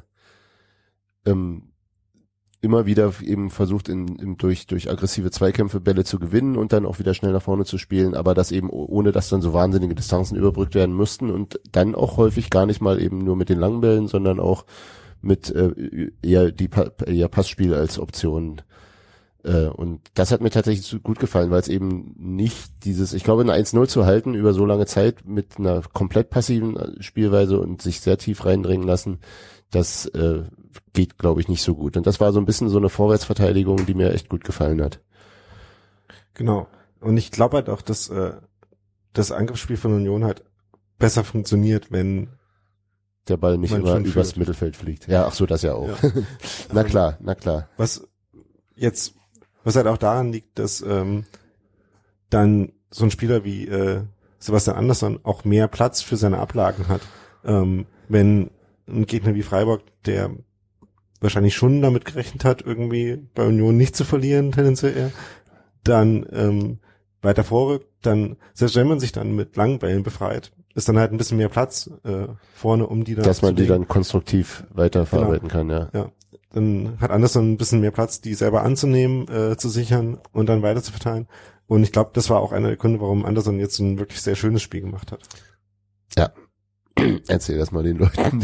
immer wieder eben versucht durch aggressive Zweikämpfe Bälle zu gewinnen und dann auch wieder schnell nach vorne zu spielen, aber das eben ohne dass dann so wahnsinnige Distanzen überbrückt werden müssten und dann auch häufig gar nicht mal eben nur mit den langen Bällen, sondern auch mit eher Passspiel als Option. Und das hat mir tatsächlich so gut gefallen, weil es eben nicht ich glaube, ein 1-0 zu halten über so lange Zeit mit einer komplett passiven Spielweise und sich sehr tief reindringen lassen, das geht, glaube ich, nicht so gut. Und das war so ein bisschen so eine Vorwärtsverteidigung, die mir echt gut gefallen hat. Genau. Und ich glaube halt auch, dass das Angriffsspiel von Union halt besser funktioniert, wenn der Ball nicht immer übers Mittelfeld fliegt. Ja, ach so, das ja auch. Ja. Na klar. Was halt auch daran liegt, dass dann so ein Spieler wie Sebastian Andersson auch mehr Platz für seine Ablagen hat. Wenn ein Gegner wie Freiburg, der wahrscheinlich schon damit gerechnet hat, irgendwie bei Union nicht zu verlieren, tendenziell eher, dann weiter vorrückt, dann, selbst wenn man sich dann mit langen Bällen befreit, ist dann halt ein bisschen mehr Platz vorne, um die dann dass man die dann konstruktiv weiterverarbeiten kann, ja. Ja, dann hat Andersson ein bisschen mehr Platz, die selber anzunehmen, zu sichern und dann weiter zu verteilen. Und ich glaube, das war auch einer der Gründe, warum Andersson jetzt ein wirklich sehr schönes Spiel gemacht hat. Ja. Erzähl das mal den Leuten,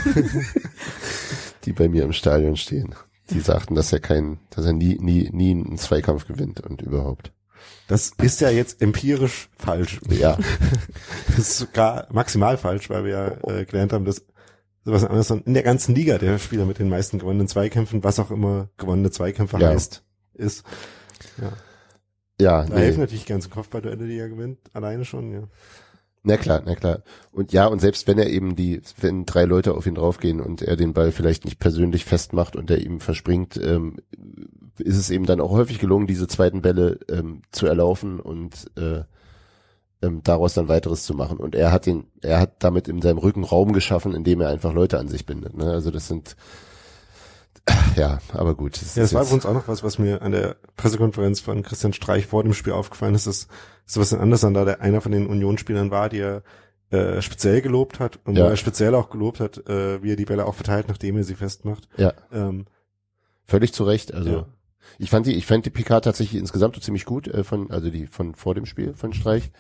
die bei mir im Stadion stehen. Die sagten, dass er nie einen Zweikampf gewinnt und überhaupt. Das ist ja jetzt empirisch falsch. Ja. Das ist sogar maximal falsch, weil wir ja gelernt haben, dass Sebastian Andersson in der ganzen Liga der Spieler mit den meisten gewonnenen Zweikämpfen, was auch immer gewonnene Zweikämpfe heißt, ist. Ja. Ja. Da helfen natürlich die ganzen Kopfballduelle, die er gewinnt, alleine schon, ja. Na klar. Und ja, und selbst wenn er eben wenn 3 Leute auf ihn draufgehen und er den Ball vielleicht nicht persönlich festmacht und er ihm verspringt, ist es eben dann auch häufig gelungen, diese zweiten Bälle zu erlaufen und daraus dann weiteres zu machen. Und er hat damit in seinem Rücken Raum geschaffen, indem er einfach Leute an sich bindet. Ne? Also das sind ja, aber gut. Das war übrigens auch noch was mir an der Pressekonferenz von Christian Streich vor dem Spiel aufgefallen ist, dass Sebastian Andersson da einer von den Unionsspielern war, die er speziell gelobt hat und wo er speziell auch gelobt hat, wie er die Bälle auch verteilt, nachdem er sie festmacht. Ja. Völlig zu Recht. Also ja. Ich fand die PK tatsächlich insgesamt so ziemlich gut, von vor dem Spiel von Streich.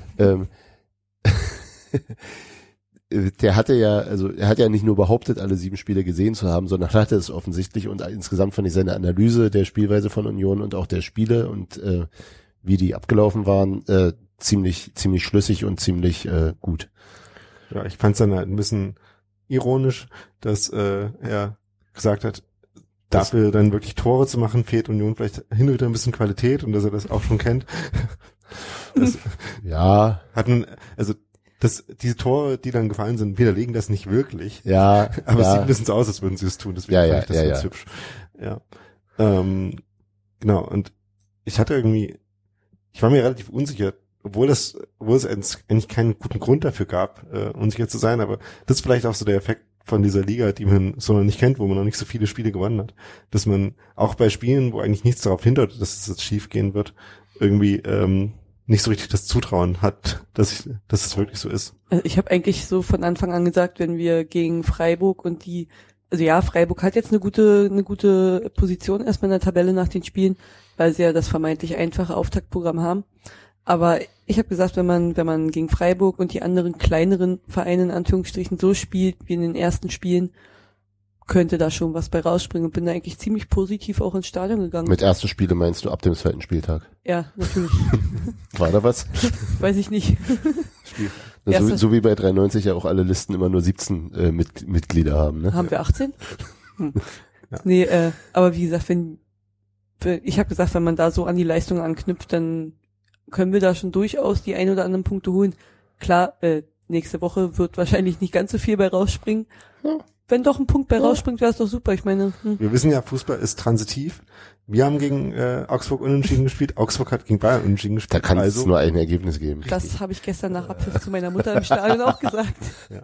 Er hat ja nicht nur behauptet, alle 7 Spiele gesehen zu haben, sondern hatte es offensichtlich und insgesamt fand ich seine Analyse der Spielweise von Union und auch der Spiele und wie die abgelaufen waren, ziemlich schlüssig und ziemlich gut. Ja, ich fand es dann halt ein bisschen ironisch, dass er gesagt hat, dafür dann wirklich Tore zu machen, fehlt Union vielleicht hin und wieder ein bisschen Qualität und dass er das auch schon kennt. Ja. Diese Tore, die dann gefallen sind, widerlegen das nicht wirklich. Ja. Aber es sieht ein bisschen so aus, als würden sie es tun. Deswegen fand ich das ganz hübsch. Ja. Genau. Und ich war mir relativ unsicher, obwohl es eigentlich keinen guten Grund dafür gab, unsicher zu sein, aber das ist vielleicht auch so der Effekt von dieser Liga, die man so noch nicht kennt, wo man noch nicht so viele Spiele gewonnen hat, dass man auch bei Spielen, wo eigentlich nichts darauf hindeutet, dass es jetzt schief gehen wird, irgendwie nicht so richtig das Zutrauen hat, dass es wirklich so ist. Also ich habe eigentlich so von Anfang an gesagt, wenn wir gegen Freiburg und Freiburg hat jetzt eine gute Position erstmal in der Tabelle nach den Spielen, weil sie ja das vermeintlich einfache Auftaktprogramm haben. Aber ich habe gesagt, wenn man gegen Freiburg und die anderen kleineren Vereine in Anführungsstrichen so spielt wie in den ersten Spielen, könnte da schon was bei rausspringen und bin da eigentlich ziemlich positiv auch ins Stadion gegangen. Mit ersten Spiele meinst du ab dem 2. Spieltag? Ja, natürlich. War da was? Weiß ich nicht. So wie bei 93 ja auch alle Listen immer nur 17 Mitglieder haben. Ne? Haben wir 18? Ja. Nee, aber wie gesagt, ich habe gesagt, wenn man da so an die Leistung anknüpft, dann können wir da schon durchaus die ein oder anderen Punkte holen. Klar, nächste Woche wird wahrscheinlich nicht ganz so viel bei rausspringen. Ja. Wenn doch ein Punkt bei rausspringt, wäre es doch super. Ich meine, wir wissen ja, Fußball ist transitiv. Wir haben gegen Augsburg unentschieden gespielt. Augsburg hat gegen Bayern unentschieden gespielt. Da kann es nur ein Ergebnis geben. Das habe ich gestern nach Abpfiff zu meiner Mutter im Stadion auch gesagt.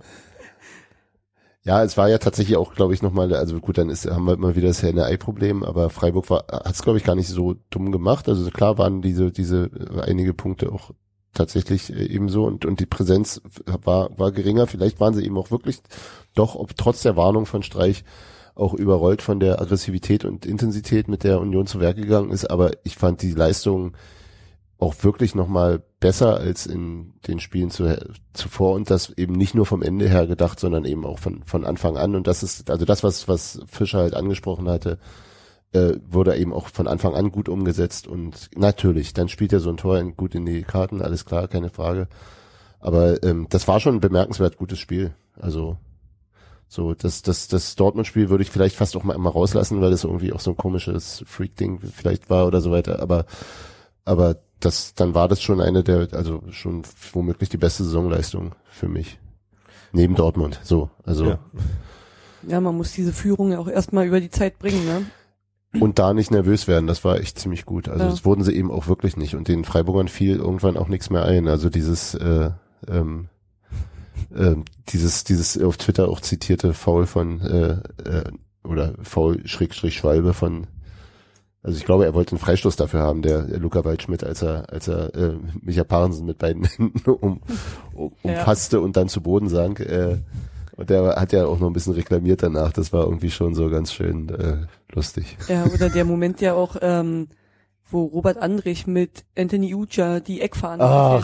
Ja, es war ja tatsächlich auch, glaube ich, nochmal, also gut, dann haben wir immer wieder das Henne-Ei-Problem, aber Freiburg hat es, glaube ich, gar nicht so dumm gemacht. Also klar waren diese einige Punkte auch tatsächlich ebenso und die Präsenz war geringer. Vielleicht waren sie eben auch wirklich doch, trotz der Warnung von Streich, auch überrollt von der Aggressivität und Intensität, mit der Union zu Werk gegangen ist. Aber ich fand die Leistung auch wirklich nochmal besser als in den Spielen zuvor und das eben nicht nur vom Ende her gedacht, sondern eben auch von Anfang an. Und das ist, also das, was Fischer halt angesprochen hatte, wurde eben auch von Anfang an gut umgesetzt und natürlich, dann spielt er so ein Tor gut in die Karten, alles klar, keine Frage. Aber das war schon ein bemerkenswert gutes Spiel. Also so das Dortmund-Spiel würde ich vielleicht fast auch mal rauslassen, weil das irgendwie auch so ein komisches Freak-Ding vielleicht war oder so weiter. Aber dann war das schon also schon womöglich die beste Saisonleistung für mich. Neben Dortmund. So, also. Ja, man muss diese Führung ja auch erstmal über die Zeit bringen, ne? Und da nicht nervös werden, das war echt ziemlich gut. Also das wurden sie eben auch wirklich nicht. Und den Freiburgern fiel irgendwann auch nichts mehr ein. Also dieses auf Twitter auch zitierte Foul von oder Foul-Schwalbe von, also ich glaube, er wollte einen Freistoß dafür haben, der Luca Waldschmidt, als er Micha Parensen mit beiden Händen umfasste und dann zu Boden sank. Und der hat ja auch noch ein bisschen reklamiert danach. Das war irgendwie schon so ganz schön lustig. Ja, oder der Moment ja auch, wo Robert Andrich mit Anthony Uja die Eckfahne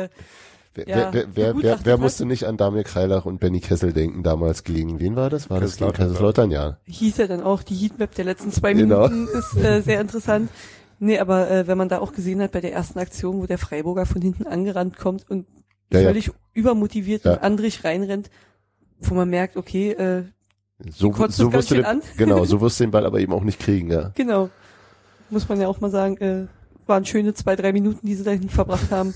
Wer musste nicht an Damir Kreilach und Benny Kessel denken damals gegen, wen war das? War das gegen Kaiserslautern? Ja. Hieß ja dann auch, die Heatmap der letzten 2 Minuten ist sehr interessant. Nee, aber wenn man da auch gesehen hat bei der ersten Aktion, wo der Freiburger von hinten angerannt kommt und völlig übermotiviert in Andrich reinrennt, wo man merkt, okay, so wirst du den Ball aber eben auch nicht kriegen, ja. Genau. Muss man ja auch mal sagen, waren schöne 2-3 Minuten, die sie da hinten verbracht haben.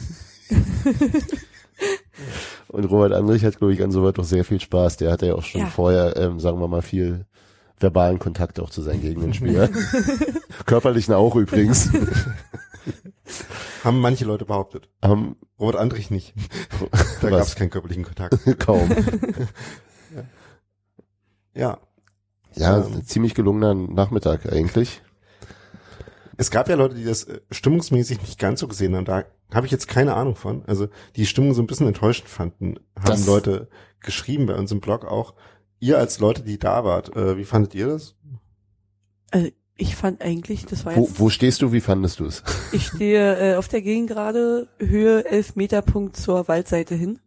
Und Robert Andrich hat, glaube ich, an sowas doch sehr viel Spaß. Der hatte ja auch schon vorher, sagen wir mal, viel verbalen Kontakt auch zu seinen Gegenspielern. Körperlichen auch übrigens. Haben manche Leute behauptet. Robert Andrich nicht. Da gab es keinen körperlichen Kontakt. Kaum. Ja. Ja, ziemlich gelungener Nachmittag eigentlich. Es gab ja Leute, die das stimmungsmäßig nicht ganz so gesehen haben. Da habe ich jetzt keine Ahnung von. Also die Stimmung so ein bisschen enttäuschend fanden, haben Leute geschrieben bei uns im Blog auch. Ihr als Leute, die da wart, wie fandet ihr das? Also ich fand eigentlich, das war jetzt... Wo stehst du, wie fandest du es? Ich stehe auf der Gegengrade, Höhe 11 Meterpunkt zur Waldseite hin.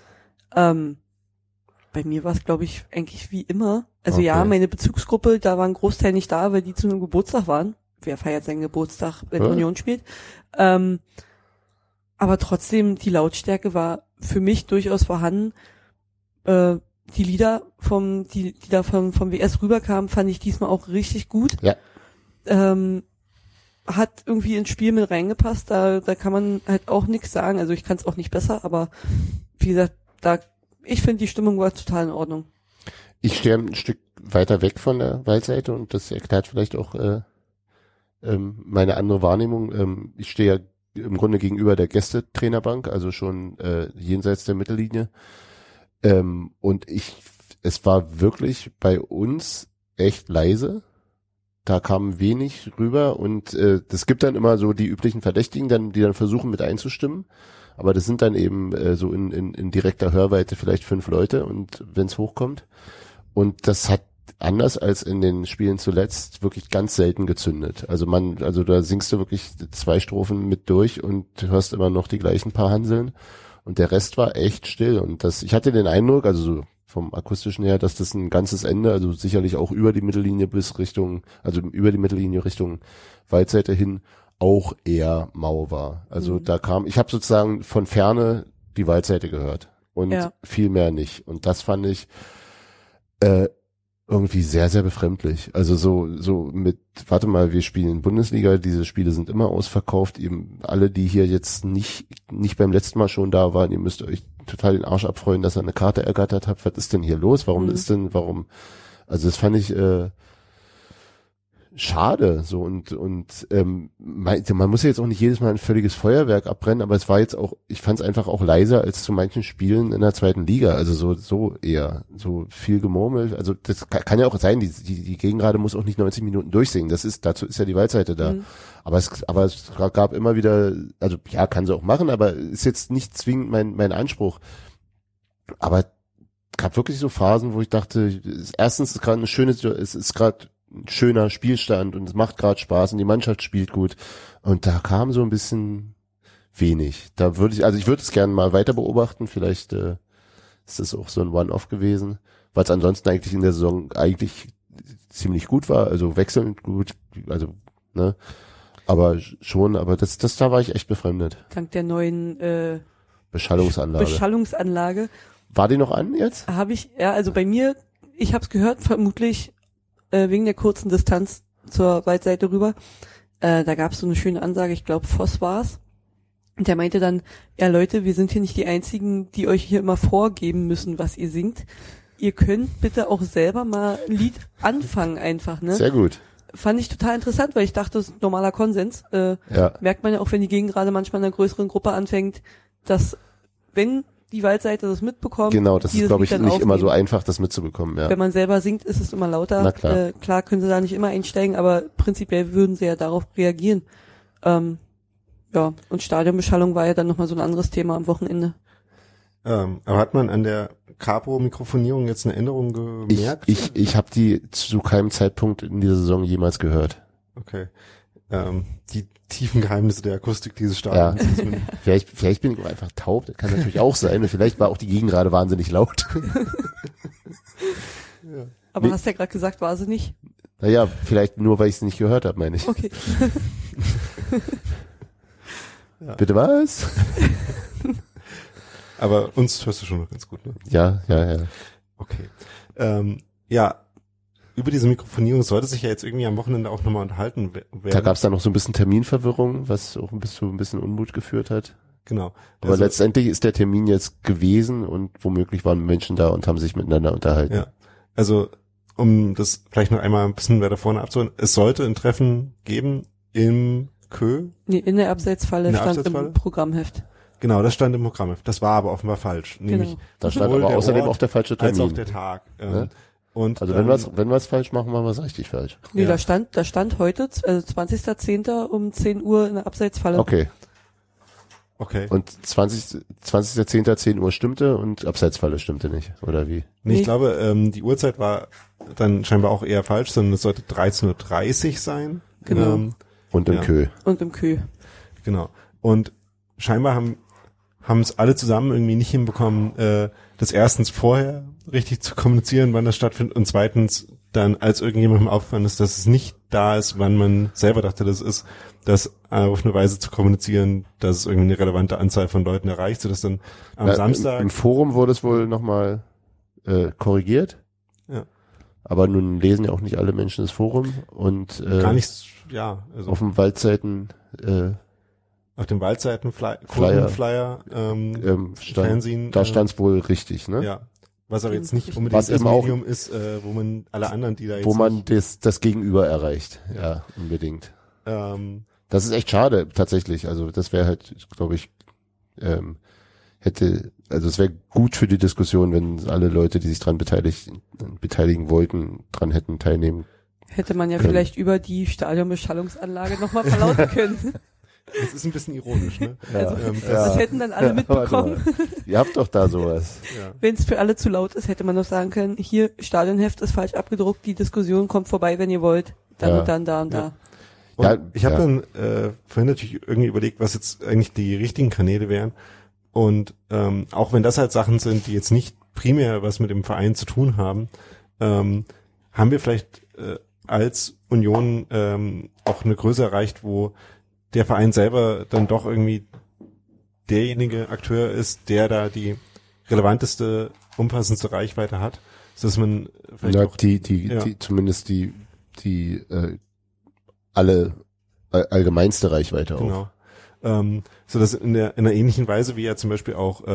Bei mir war es, glaube ich, eigentlich wie immer. Also ja, meine Bezugsgruppe, da war ein Großteil nicht da, weil die zu einem Geburtstag waren. Wer feiert seinen Geburtstag, wenn Union spielt? Aber trotzdem, die Lautstärke war für mich durchaus vorhanden. Die Lieder die da vom WS rüberkamen, fand ich diesmal auch richtig gut. Ja. Hat irgendwie ins Spiel mit reingepasst, da kann man halt auch nichts sagen. Also ich kann es auch nicht besser, aber wie gesagt, ich finde, die Stimmung war total in Ordnung. Ich stehe ein Stück weiter weg von der Waldseite und das erklärt vielleicht auch meine andere Wahrnehmung. Ich stehe ja im Grunde gegenüber der Gästetrainerbank, also schon jenseits der Mittellinie. Und es war wirklich bei uns echt leise. Da kam wenig rüber und das gibt dann immer so die üblichen Verdächtigen, die dann versuchen mit einzustimmen. Aber das sind dann eben so in direkter Hörweite vielleicht 5 Leute und wenn es hochkommt. Und das hat anders als in den Spielen zuletzt wirklich ganz selten gezündet. Also da singst du wirklich 2 Strophen mit durch und hörst immer noch die gleichen paar Hanseln und der Rest war echt still und ich hatte den Eindruck, also so vom akustischen her, dass das ein ganzes Ende, also sicherlich auch über die Mittellinie Richtung Waldseite hin auch eher mau war. Also ich habe sozusagen von Ferne die Waldseite gehört und viel mehr nicht. Und das fand ich irgendwie sehr, sehr befremdlich. Also so mit, warte mal, wir spielen Bundesliga, diese Spiele sind immer ausverkauft. Eben alle, die hier jetzt nicht beim letzten Mal schon da waren, ihr müsst euch total den Arsch abfreuen, dass ihr eine Karte ergattert habt. Was ist denn hier los? Also das fand ich schade, so und man muss ja jetzt auch nicht jedes Mal ein völliges Feuerwerk abbrennen, aber es war jetzt auch, ich fand es einfach auch leiser als zu manchen Spielen in der 2. Liga, also so eher, so viel gemurmelt, also das kann ja auch sein, die Gegengrade muss auch nicht 90 Minuten durchsingen, dazu ist ja die Waldseite da, aber es gab immer wieder, also ja, kann sie auch machen, aber ist jetzt nicht zwingend mein Anspruch, aber gab wirklich so Phasen, wo ich dachte, erstens ist gerade es ist gerade ein schöner Spielstand und es macht gerade Spaß und die Mannschaft spielt gut und da kam so ein bisschen wenig. Ich würde es gerne mal weiter beobachten, vielleicht ist das auch so ein One-Off gewesen, weil es ansonsten eigentlich in der Saison eigentlich ziemlich gut war, also wechselnd gut, also ne, aber da war ich echt befremdet. Dank der neuen Beschallungsanlage. War die noch an jetzt? Habe ich, ja, also bei mir, ich habe es gehört, vermutlich wegen der kurzen Distanz zur Waldseite rüber. Da gab es so eine schöne Ansage, ich glaube Voss war's. Und der meinte dann, ja Leute, wir sind hier nicht die Einzigen, die euch hier immer vorgeben müssen, was ihr singt. Ihr könnt bitte auch selber mal ein Lied anfangen einfach, ne? Sehr gut. Fand ich total interessant, weil ich dachte, das ist ein normaler Konsens. Merkt man ja auch, wenn die Gegengrade manchmal in einer größeren Gruppe anfängt, dass wenn die Waldseite das mitbekommt. Genau, das ist, glaube ich, nicht immer so einfach, das mitzubekommen. Ja. Wenn man selber singt, ist es immer lauter. Na klar. Klar können sie da nicht immer einsteigen, aber prinzipiell würden sie ja darauf reagieren. Und Stadionbeschallung war ja dann nochmal so ein anderes Thema am Wochenende. Aber hat man an der Capo-Mikrofonierung jetzt eine Änderung gemerkt? Ich habe die zu keinem Zeitpunkt in dieser Saison jemals gehört. Okay. Die tiefen Geheimnisse der Akustik dieses Stadions. Ja. Vielleicht bin ich auch einfach taub, das kann natürlich auch sein. Vielleicht war auch die Gegengrade wahnsinnig laut. Ja. Aber hast ja gerade gesagt, war sie nicht? Naja, vielleicht nur, weil ich es nicht gehört habe, meine ich. Okay. Ja. Bitte was? Aber uns hörst du schon noch ganz gut, ne? Ja. Okay. Über diese Mikrofonierung sollte sich ja jetzt irgendwie am Wochenende auch nochmal unterhalten werden. Da gab es dann noch so ein bisschen Terminverwirrung, was auch ein bisschen Unmut geführt hat. Genau. Aber letztendlich ist der Termin jetzt gewesen und womöglich waren Menschen da und haben sich miteinander unterhalten. Ja, also um das vielleicht noch einmal ein bisschen weiter vorne abzuholen, es sollte ein Treffen geben im Kö. Nee, in der Abseitsfalle im Programmheft. Genau, das stand im Programmheft. Das war aber offenbar falsch. Nämlich da stand aber außerdem auch der falsche Termin. Als auch der Tag. Ja? Und also wenn wir es falsch machen, machen wir es richtig falsch. Nee, da stand heute, also 20.10. um 10 Uhr in der Abseitsfalle. Okay. Und 20.10. 10 Uhr stimmte und Abseitsfalle stimmte nicht, oder wie? Nee, ich glaube, die Uhrzeit war dann scheinbar auch eher falsch, sondern es sollte 13.30 Uhr sein. Genau. Und im Kö. Genau. Und scheinbar haben es alle zusammen irgendwie nicht hinbekommen, das erstens vorher richtig zu kommunizieren, wann das stattfindet, und zweitens dann, als irgendjemandem aufgefallen ist, dass es nicht da ist, wann man selber dachte, das ist, das auf eine Weise zu kommunizieren, dass es irgendwie eine relevante Anzahl von Leuten erreicht, sodass dann am Samstag... Im Forum wurde es wohl nochmal korrigiert. Ja. Aber nun lesen ja auch nicht alle Menschen das Forum und gar nichts, ja. Also auf dem Waldseiten auf dem Waldseiten-Flyer Fernsehen. Da stand es wohl richtig, ne? Ja. Was aber jetzt nicht unbedingt das Medium ist, wo man alle anderen, die da jetzt... Wo man das Gegenüber erreicht, ja, unbedingt. Das ist echt schade, tatsächlich. Also das wäre halt, glaube ich, es wäre gut für die Diskussion, wenn alle Leute, die sich dran beteiligen wollten, dran hätten teilnehmen. Hätte man ja vielleicht über die Stadionbeschallungsanlage nochmal verlauten können. Das ist ein bisschen ironisch, ne? Also, das hätten dann alle mitbekommen. Ihr habt doch da sowas. Ja. Wenn es für alle zu laut ist, hätte man noch sagen können, hier, Stadionheft ist falsch abgedruckt, die Diskussion kommt vorbei, wenn ihr wollt. Dann und dann, da und da. Und Ja, ich habe dann vorhin natürlich irgendwie überlegt, was jetzt eigentlich die richtigen Kanäle wären. Und auch wenn das halt Sachen sind, die jetzt nicht primär was mit dem Verein zu tun haben, haben wir vielleicht als Union auch eine Größe erreicht, wo der Verein selber dann doch irgendwie derjenige Akteur ist, der da die relevanteste, umfassendste Reichweite hat, sodass man vielleicht auch die zumindest die allgemeinste Reichweite auch. Genau. So dass in einer ähnlichen Weise wie ja zum Beispiel auch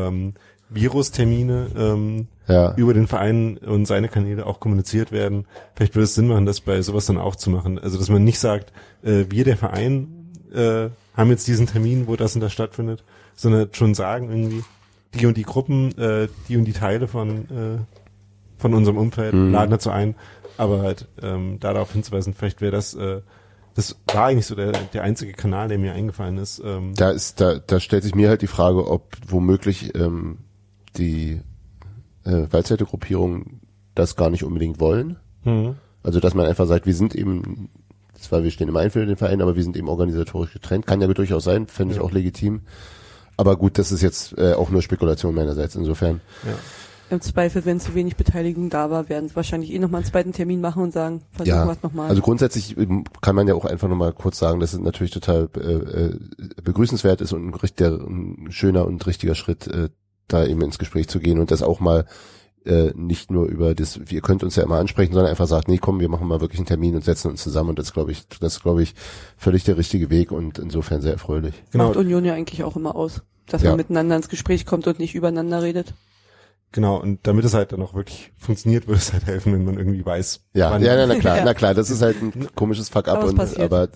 Virustermine über den Verein und seine Kanäle auch kommuniziert werden. Vielleicht würde es Sinn machen, das bei sowas dann auch zu machen. Also dass man nicht sagt, wir der Verein haben jetzt diesen Termin, wo das und das stattfindet, sondern schon sagen irgendwie, die und die Gruppen, die und die Teile von unserem Umfeld laden dazu ein, aber halt darauf hinzuweisen, vielleicht wäre das war eigentlich so der einzige Kanal, der mir eingefallen ist. Da stellt sich mir halt die Frage, ob womöglich die Waldseite-Gruppierungen das gar nicht unbedingt wollen. Also dass man einfach sagt, wir sind eben, zwar wir stehen immer ein für den Verein, aber wir sind eben organisatorisch getrennt. Kann ja durchaus sein, fände ich auch legitim. Aber gut, das ist jetzt auch nur Spekulation meinerseits insofern. Ja. Im Zweifel, wenn zu wenig Beteiligung da war, werden sie wahrscheinlich nochmal einen zweiten Termin machen und sagen, versuchen wir es nochmal. Also grundsätzlich kann man ja auch einfach nochmal kurz sagen, dass es natürlich total begrüßenswert ist und ein schöner und richtiger Schritt, da eben ins Gespräch zu gehen und das auch mal nicht nur über das, ihr könnt uns ja immer ansprechen, sondern einfach sagt, nee, komm, wir machen mal wirklich einen Termin und setzen uns zusammen und das glaube ich, völlig der richtige Weg und insofern sehr erfreulich. Genau. Macht Union ja eigentlich auch immer aus, dass man miteinander ins Gespräch kommt und nicht übereinander redet. Genau, und damit es halt dann auch wirklich funktioniert, würde es halt helfen, wenn man irgendwie weiß. Na klar, das ist halt ein komisches Fuck-up aber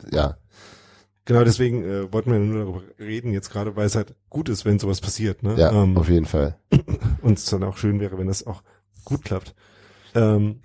Genau, deswegen wollten wir nur darüber reden, jetzt gerade, weil es halt gut ist, wenn sowas passiert, ne? Ja, auf jeden Fall. Und es dann auch schön wäre, wenn das auch gut klappt. Ein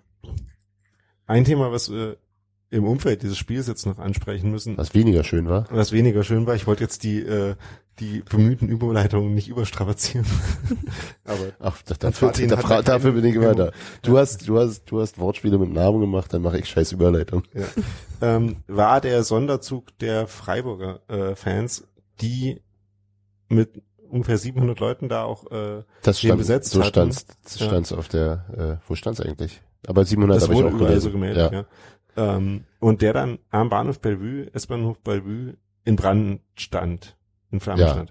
Thema, was im Umfeld dieses Spiels jetzt noch ansprechen müssen. Was weniger schön war. Ich wollte jetzt die bemühten Überleitungen nicht überstrapazieren. Aber dafür bin ich immer da. Du hast Wortspiele mit Namen gemacht, dann mache ich scheiß Überleitung. Ja. War der Sonderzug der Freiburger Fans, die mit ungefähr 700 Leuten da auch besetzt so hatten. stand's auf der, wo stand's eigentlich? Aber 700 habe ich auch gelesen. So gemeldet, ja. Und der dann am Bahnhof Bellevue, S-Bahnhof Bellevue, in Brand stand, in Flammen stand.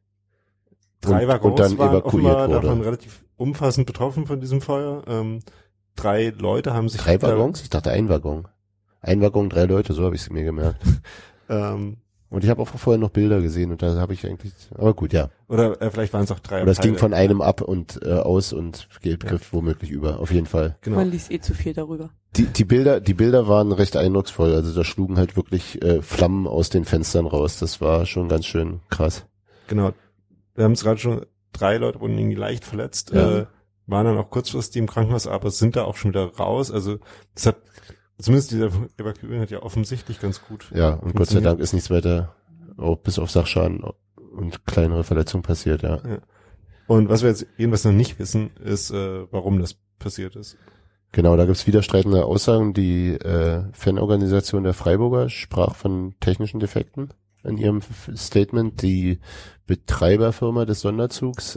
3 Waggons und dann waren evakuiert offenbar wurde. davon relativ umfassend betroffen von diesem Feuer. 3 Leute haben sich... 3 Waggons? Ich dachte 1 Waggon. 1 Waggon, 3 Leute, so habe ich es mir gemerkt. Und ich habe auch vorher noch Bilder gesehen und da habe ich eigentlich, aber gut, ja. Oder vielleicht waren es auch 3. Oder es ging von einem ab und aus und griff womöglich über, auf jeden Fall. Genau. Man liest zu viel darüber. Die Bilder waren recht eindrucksvoll, also da schlugen halt wirklich Flammen aus den Fenstern raus, das war schon ganz schön krass. Genau, wir haben es gerade schon, 3 Leute wurden irgendwie leicht verletzt, waren dann auch kurzfristig im Krankenhaus, aber sind da auch schon wieder raus, also das hat zumindest diese Evakuierung hat ja offensichtlich ganz gut. Ja, und Gott sei Dank ist nichts weiter, auch bis auf Sachschaden und kleinere Verletzungen passiert, ja. Und was wir jetzt jedenfalls noch nicht wissen, ist, warum das passiert ist. Genau, da gibt's widerstreitende Aussagen. Die Fanorganisation der Freiburger sprach von technischen Defekten in ihrem Statement. Die Betreiberfirma des Sonderzugs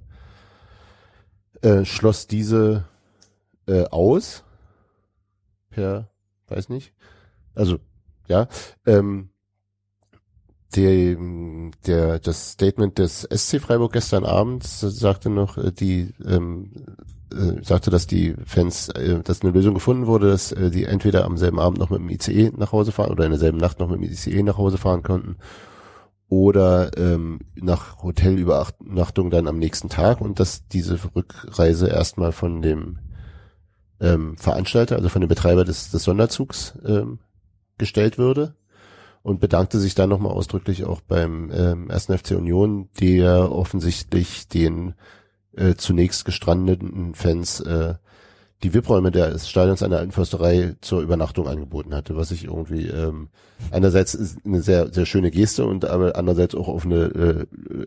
schloss diese aus. Weiß nicht. Also, ja. Das Statement des SC Freiburg gestern Abend sagte noch, sagte, dass die Fans, dass eine Lösung gefunden wurde, dass die entweder am selben Abend noch mit dem ICE nach Hause fahren oder in derselben Nacht noch mit dem ICE nach Hause fahren konnten oder nach Hotelübernachtung dann am nächsten Tag und dass diese Rückreise erstmal von dem Veranstalter, also von dem Betreiber des Sonderzugs gestellt würde und bedankte sich dann nochmal ausdrücklich auch beim 1. FC Union, der offensichtlich den zunächst gestrandeten Fans die VIP-Räume des Stadions an der Alten Försterei zur Übernachtung angeboten hatte, was ich irgendwie einerseits ist eine sehr, sehr schöne Geste und aber andererseits auch auf eine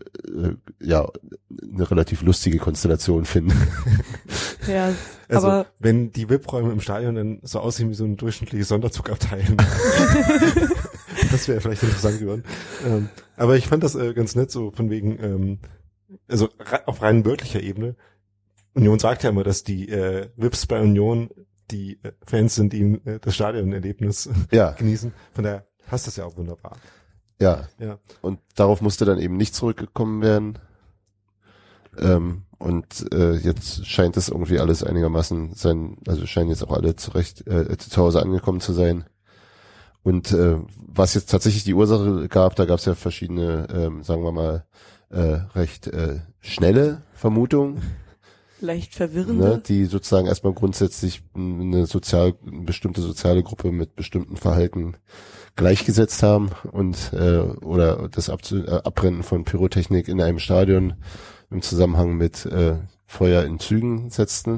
relativ lustige Konstellation finde. Ja, Also, aber wenn die VIP-Räume im Stadion dann so aussehen wie so ein durchschnittliches Sonderzugabteil. Das wäre vielleicht interessant geworden. Aber ich fand das ganz nett, so von wegen, also auf rein wörtlicher Ebene. Union sagt ja immer, dass die VIPs bei Union die Fans sind, die das Stadionerlebnis genießen. Von daher passt das ja auch wunderbar. Ja. Ja. Und darauf musste dann eben nicht zurückgekommen werden. Jetzt scheint es irgendwie alles einigermaßen scheinen jetzt auch alle zu Hause angekommen zu sein. Und was jetzt tatsächlich die Ursache gab, da gab es ja verschiedene, sagen wir mal, recht schnelle Vermutungen. leicht verwirrende. Ne, die sozusagen erstmal grundsätzlich eine bestimmte soziale Gruppe mit bestimmten Verhalten gleichgesetzt haben und oder das Abbrennen von Pyrotechnik in einem Stadion im Zusammenhang mit Feuer in Zügen setzten.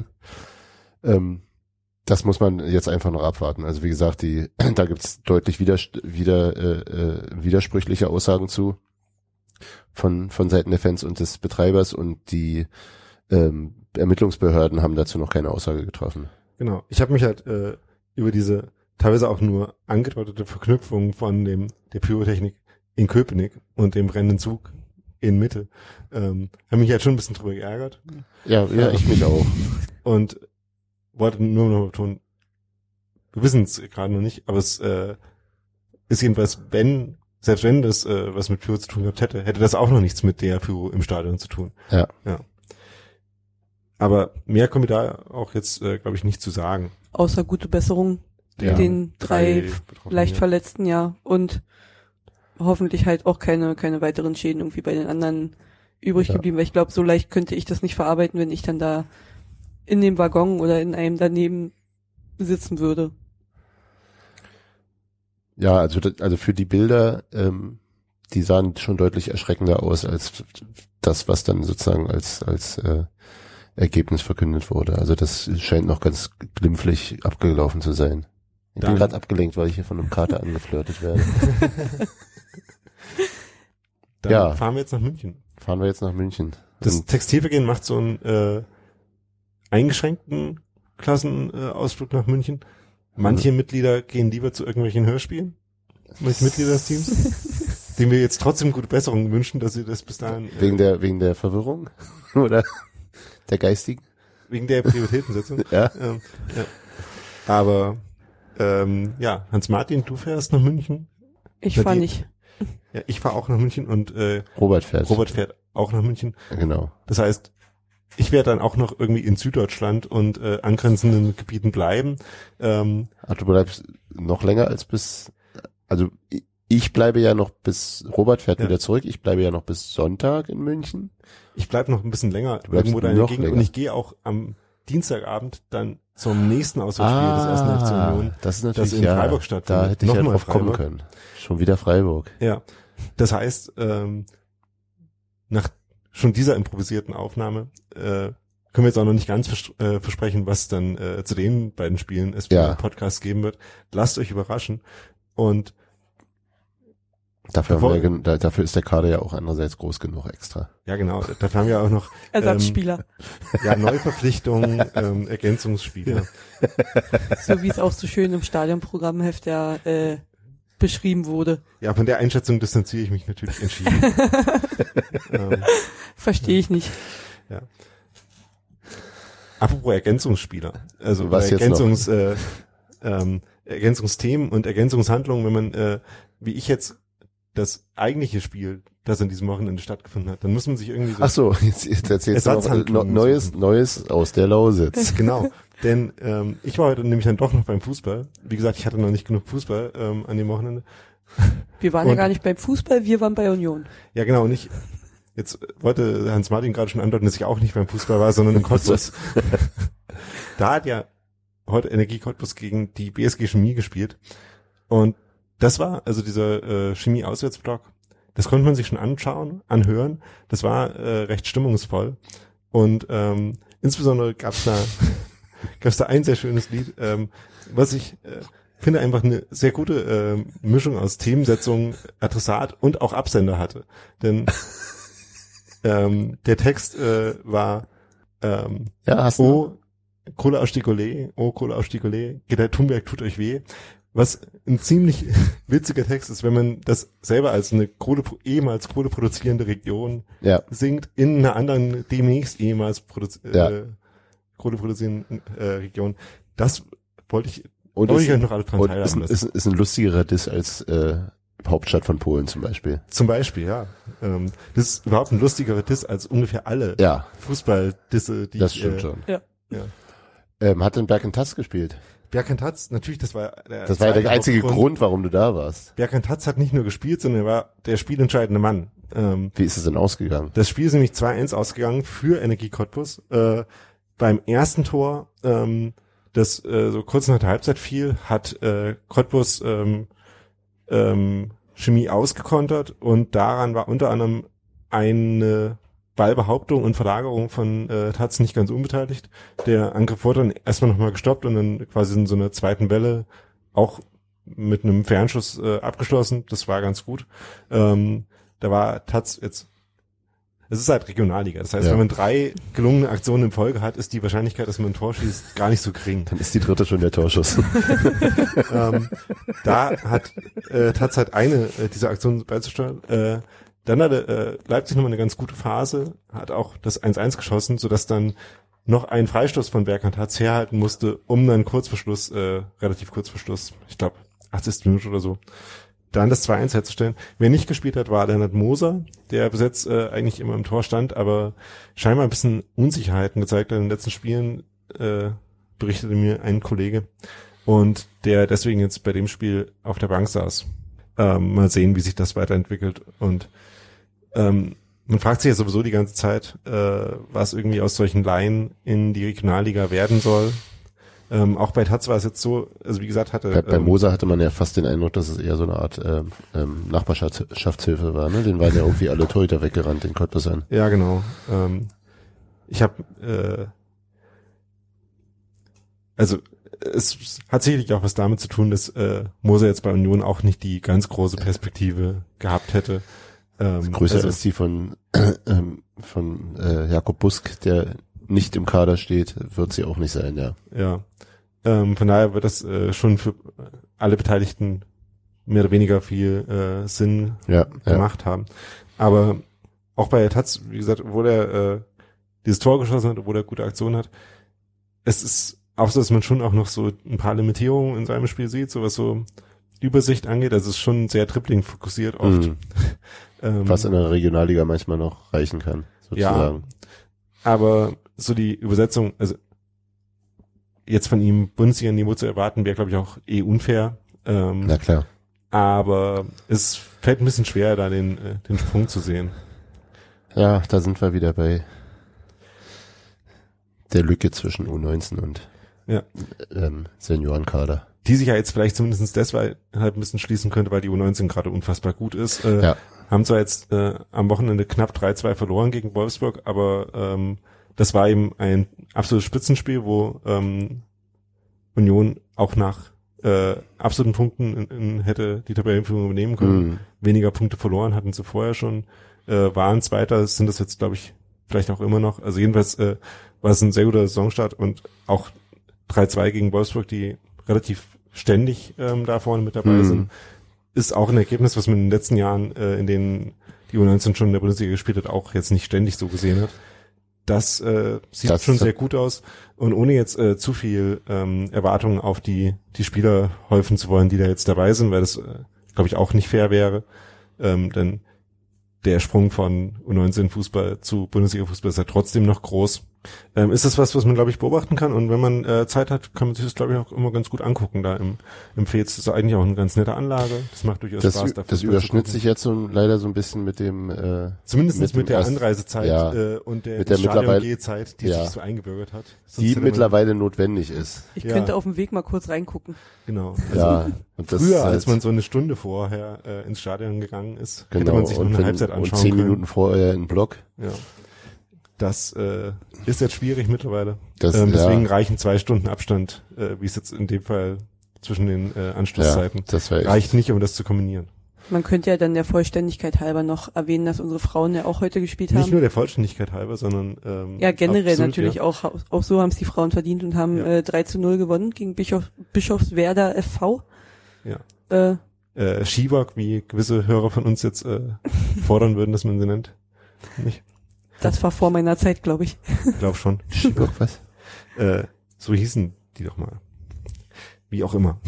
Das muss man jetzt einfach noch abwarten. Also wie gesagt, da gibt's deutlich widersprüchliche Aussagen zu von Seiten der Fans und des Betreibers und die Ermittlungsbehörden haben dazu noch keine Aussage getroffen. Genau. Ich habe mich halt über diese teilweise auch nur angedeutete Verknüpfung von der Pyrotechnik in Köpenick und dem brennenden Zug in Mitte, habe mich halt schon ein bisschen drüber geärgert. Ja, ich mich auch. Und wollte nur noch betonen, wir wissen es gerade noch nicht, aber es ist jedenfalls, selbst wenn das was mit Pyro zu tun gehabt hätte das auch noch nichts mit der Pyro im Stadion zu tun. Ja. Aber mehr können wir da auch jetzt, glaube ich, nicht zu sagen. Außer gute Besserung den drei leicht Verletzten, ja. Und hoffentlich halt auch keine weiteren Schäden irgendwie bei den anderen übrig geblieben, weil ich glaube, so leicht könnte ich das nicht verarbeiten, wenn ich dann da in dem Waggon oder in einem daneben sitzen würde. Ja, also für die Bilder, die sahen schon deutlich erschreckender aus als das, was dann sozusagen als Ergebnis verkündet wurde. Also das scheint noch ganz glimpflich abgelaufen zu sein. Ich bin gerade abgelenkt, weil ich hier von einem Kater angeflirtet werde. Dann fahren wir jetzt nach München. Das Textilvergehen macht so einen eingeschränkten Klassenausflug nach München. Manche Mitglieder gehen lieber zu irgendwelchen Hörspielen. Manche Mitglieder des Teams. Denen wir jetzt trotzdem gute Besserungen wünschen, dass sie das bis dahin... Wegen der Verwirrung? Oder der geistigen? Wegen der Prioritätensetzung. Ja. Aber Hans-Martin, du fährst nach München? Ich fahre nicht. Ja, ich fahre auch nach München und Robert fährt auch nach München. Genau. Das heißt, ich werde dann auch noch irgendwie in Süddeutschland und angrenzenden Gebieten bleiben. Du bleibst noch länger als also ich bleibe ja noch Robert fährt wieder zurück, ich bleibe ja noch bis Sonntag in München. Ich bleibe noch ein bisschen länger irgendwo da in der Gegend und ich gehe auch am Dienstagabend dann zum nächsten Auswärtsspiel des ersten FC Union. Das ist natürlich, das in Freiburg stattfindet. Da hätte ich ja drauf kommen können. Schon wieder Freiburg. Ja, das heißt, nach schon dieser improvisierten Aufnahme können wir jetzt auch noch nicht ganz versprechen, was dann zu den beiden Spielen es für einen Podcast geben wird. Lasst euch überraschen. Und dafür ist der Kader ja auch andererseits groß genug extra. Ja, genau. Dafür haben wir auch noch Ersatzspieler. Neuverpflichtungen, Ergänzungsspieler. So wie es auch so schön im Stadionprogrammheft beschrieben wurde. Ja, von der Einschätzung distanziere ich mich natürlich entschieden. Verstehe ich nicht. Ja. Apropos Ergänzungsspieler. Also was Ergänzungsthemen und Ergänzungshandlungen, wenn man, wie ich jetzt, das eigentliche Spiel, das an diesem Wochenende stattgefunden hat, dann muss man sich irgendwie so... Ach so, jetzt erzählst du noch Neues aus der Lausitz. Genau, denn ich war heute nämlich dann doch noch beim Fußball. Wie gesagt, ich hatte noch nicht genug Fußball an dem Wochenende. Wir waren ja gar nicht beim Fußball, wir waren bei Union. Ja, genau, und jetzt wollte Hans-Martin gerade schon andeuten, dass ich auch nicht beim Fußball war, sondern im Cottbus. Da hat ja heute Energie Cottbus gegen die BSG Chemie gespielt. Und das war, also dieser Chemie-Auswärtsblock, das konnte man sich schon anhören. Das war recht stimmungsvoll. Und insbesondere gab's da gab es da ein sehr schönes Lied, was ich finde einfach eine sehr gute Mischung aus Themensetzung, Adressat und auch Absender hatte. Denn der Text war Kohle aus Stikolé, geht der Thunberg, tut euch weh. Was ein ziemlich witziger Text ist, wenn man das selber als eine ehemals Kohle produzierende Region singt, in einer anderen, demnächst ehemals Kohle produzierenden Region. Das wollte ich noch alle dran teilhaben lassen. Ist ein lustigerer Diss als Hauptstadt von Polen zum Beispiel. Zum Beispiel, ja. Das ist überhaupt ein lustigerer Diss als ungefähr alle Fußball-Disse, die das stimmt schon. Ja. Hat denn Berg and Taz gespielt? Berg and Taz, natürlich, das war der einzige Grund, warum du da warst. Berg and Taz hat nicht nur gespielt, sondern er war der spielentscheidende Mann. Wie ist es denn ausgegangen? Das Spiel ist nämlich 2-1 ausgegangen für Energie Cottbus. Beim ersten Tor, das so kurz nach der Halbzeit fiel, hat Cottbus Chemie ausgekontert und daran war unter anderem eine Ballbehauptung und Verlagerung von Taz nicht ganz unbeteiligt. Der Angriff wurde dann erstmal nochmal gestoppt und dann quasi in so einer zweiten Welle auch mit einem Fernschuss abgeschlossen. Das war ganz gut. Da war Taz jetzt, es ist halt Regionalliga. Das heißt, wenn man 3 gelungene Aktionen in Folge hat, ist die Wahrscheinlichkeit, dass man ein Tor schießt, gar nicht so gering. Dann ist die dritte schon der Torschuss. Da hat Taz halt eine dieser Aktionen beizusteuern. Dann hatte Leipzig nochmal eine ganz gute Phase, hat auch das 1-1 geschossen, sodass dann noch ein Freistoß von Berg and Taz herhalten musste, um dann relativ kurz vor Schluss, ich glaube 80. Minute oder so, dann das 2-1 herzustellen. Wer nicht gespielt hat, war Lennart Moser, der bis jetzt eigentlich immer im Tor stand, aber scheinbar ein bisschen Unsicherheiten gezeigt hat in den letzten Spielen, berichtete mir ein Kollege, und der deswegen jetzt bei dem Spiel auf der Bank saß. Mal sehen, wie sich das weiterentwickelt. Und man fragt sich ja sowieso die ganze Zeit, was irgendwie aus solchen Laien in die Regionalliga werden soll. Auch bei Taz war es jetzt so, also wie gesagt bei Moser hatte man ja fast den Eindruck, dass es eher so eine Art Nachbarschaftshilfe war, ne? Den waren ja irgendwie alle Torhüter weggerannt, den Cottbusern. Ja, genau. Ich habe es hat sicherlich auch was damit zu tun, dass Moser jetzt bei Union auch nicht die ganz große Perspektive gehabt hätte. Größer als die von Jakob Busk, der nicht im Kader steht, wird sie auch nicht sein, ja. Ja. Von daher wird das schon für alle Beteiligten mehr oder weniger viel Sinn gemacht haben. Aber auch bei Taz, wie gesagt, obwohl er dieses Tor geschossen hat, obwohl er gute Aktionen hat, es ist auch so, dass man schon auch noch so ein paar Limitierungen in seinem Spiel sieht, so was so Übersicht angeht. Also es ist schon sehr Dribbling fokussiert oft. Was in der Regionalliga manchmal noch reichen kann, sozusagen. Ja, aber so die Übersetzung, also jetzt von ihm Bundesliga-Niveau zu erwarten, wäre, glaube ich, auch unfair. Na klar. Aber es fällt ein bisschen schwer, da den Sprung zu sehen. Ja, da sind wir wieder bei der Lücke zwischen U19 und Seniorenkader. Die sich ja jetzt vielleicht zumindest deshalb ein bisschen schließen könnte, weil die U19 gerade unfassbar gut ist. Haben zwar jetzt am Wochenende knapp 3-2 verloren gegen Wolfsburg, aber das war eben ein absolutes Spitzenspiel, wo Union auch nach absoluten Punkten hätte die Tabellenführung übernehmen können. Weniger Punkte verloren hatten sie vorher schon, waren Zweiter, sind das jetzt, glaube ich, vielleicht auch immer noch. Also jedenfalls war es ein sehr guter Saisonstart und auch 3-2 gegen Wolfsburg, die relativ ständig da vorne mit dabei sind, ist auch ein Ergebnis, was man in den letzten Jahren, in denen die U19 schon in der Bundesliga gespielt hat, auch jetzt nicht ständig so gesehen hat. Das sieht schon sehr gut aus. Und ohne jetzt zu viel Erwartungen auf die Spieler häufen zu wollen, die da jetzt dabei sind, weil das, glaube ich, auch nicht fair wäre. Denn der Sprung von U19-Fußball zu Bundesliga-Fußball ist ja trotzdem noch groß. Ist das was man, glaube ich, beobachten kann? Und wenn man Zeit hat, kann man sich das, glaube ich, auch immer ganz gut angucken da im Fez. Das ist eigentlich auch eine ganz nette Anlage. Das macht durchaus Spaß. Das überschnitt sich jetzt leider so ein bisschen mit dem zumindest mit der Anreisezeit und der Stadion-Gehzeit, die sich so eingebürgert hat. Die mittlerweile notwendig ist. Ich könnte auf dem Weg mal kurz reingucken. Genau. Also und das früher, als man so eine Stunde vorher ins Stadion gegangen ist, hätte man sich noch eine Halbzeit anschauen können. Und 10 Minuten vorher in den Block. Ja. Das ist jetzt schwierig mittlerweile. Das, deswegen reichen 2 Stunden Abstand, wie es jetzt in dem Fall zwischen den Anschlusszeiten. Das reicht nicht, um das zu kombinieren. Man könnte ja dann der Vollständigkeit halber noch erwähnen, dass unsere Frauen ja auch heute gespielt haben. Nicht nur der Vollständigkeit halber, sondern ja, generell absolut, natürlich ja. auch so haben es die Frauen verdient und haben 3-0 gewonnen gegen Bischofswerda FV. Ja. Skibak, wie gewisse Hörer von uns jetzt fordern würden, dass man sie nennt. Nicht? Das war vor meiner Zeit, glaube ich. Glaub schon. Skibak, was? So hießen die doch mal. Wie auch immer.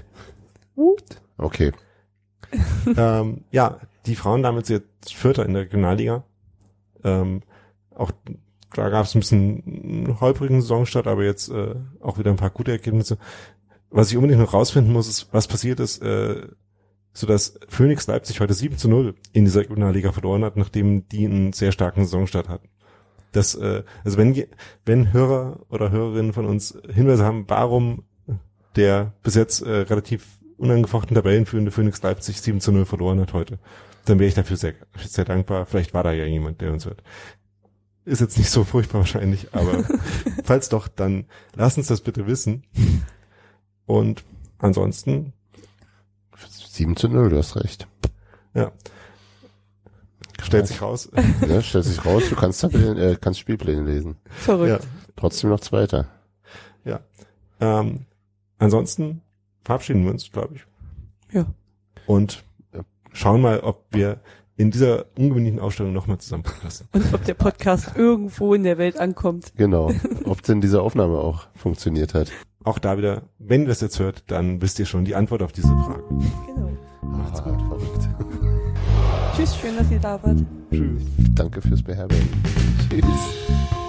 Okay. Ja, die Frauen damit jetzt Vierter in der Regionalliga. Auch da gab es ein bisschen einen holprigen Saisonstart, aber jetzt auch wieder ein paar gute Ergebnisse. Was ich unbedingt noch rausfinden muss, ist, was passiert ist, sodass Phoenix Leipzig heute 7-0 in dieser Regionalliga verloren hat, nachdem die einen sehr starken Saisonstart hatten. Das, also wenn Hörer oder Hörerinnen von uns Hinweise haben, warum der bis jetzt relativ unangefochten Tabellenführende Phoenix Leipzig 7-0 verloren hat heute, dann wäre ich dafür sehr, sehr dankbar. Vielleicht war da ja jemand, der uns hört. Ist jetzt nicht so furchtbar wahrscheinlich, aber falls doch, dann lasst uns das bitte wissen. Und ansonsten 7-0, du hast recht. Ja. Stellt sich raus. Ja, stellt sich raus, du kannst kannst Spielpläne lesen. Verrückt. Ja. Trotzdem noch Zweiter. Ja. Ansonsten verabschieden wir uns, glaube ich. Ja. Und schauen mal, ob wir in dieser ungewöhnlichen Ausstellung nochmal zusammen podcasten. Und ob der Podcast irgendwo in der Welt ankommt. Genau. Ob denn diese Aufnahme auch funktioniert hat. Auch da wieder, wenn ihr das jetzt hört, dann wisst ihr schon die Antwort auf diese Frage. Genau. Macht's gut. Verrückt. Tschüss, schön, dass ihr da wart. Tschüss. Danke fürs Beherbergen. Tschüss.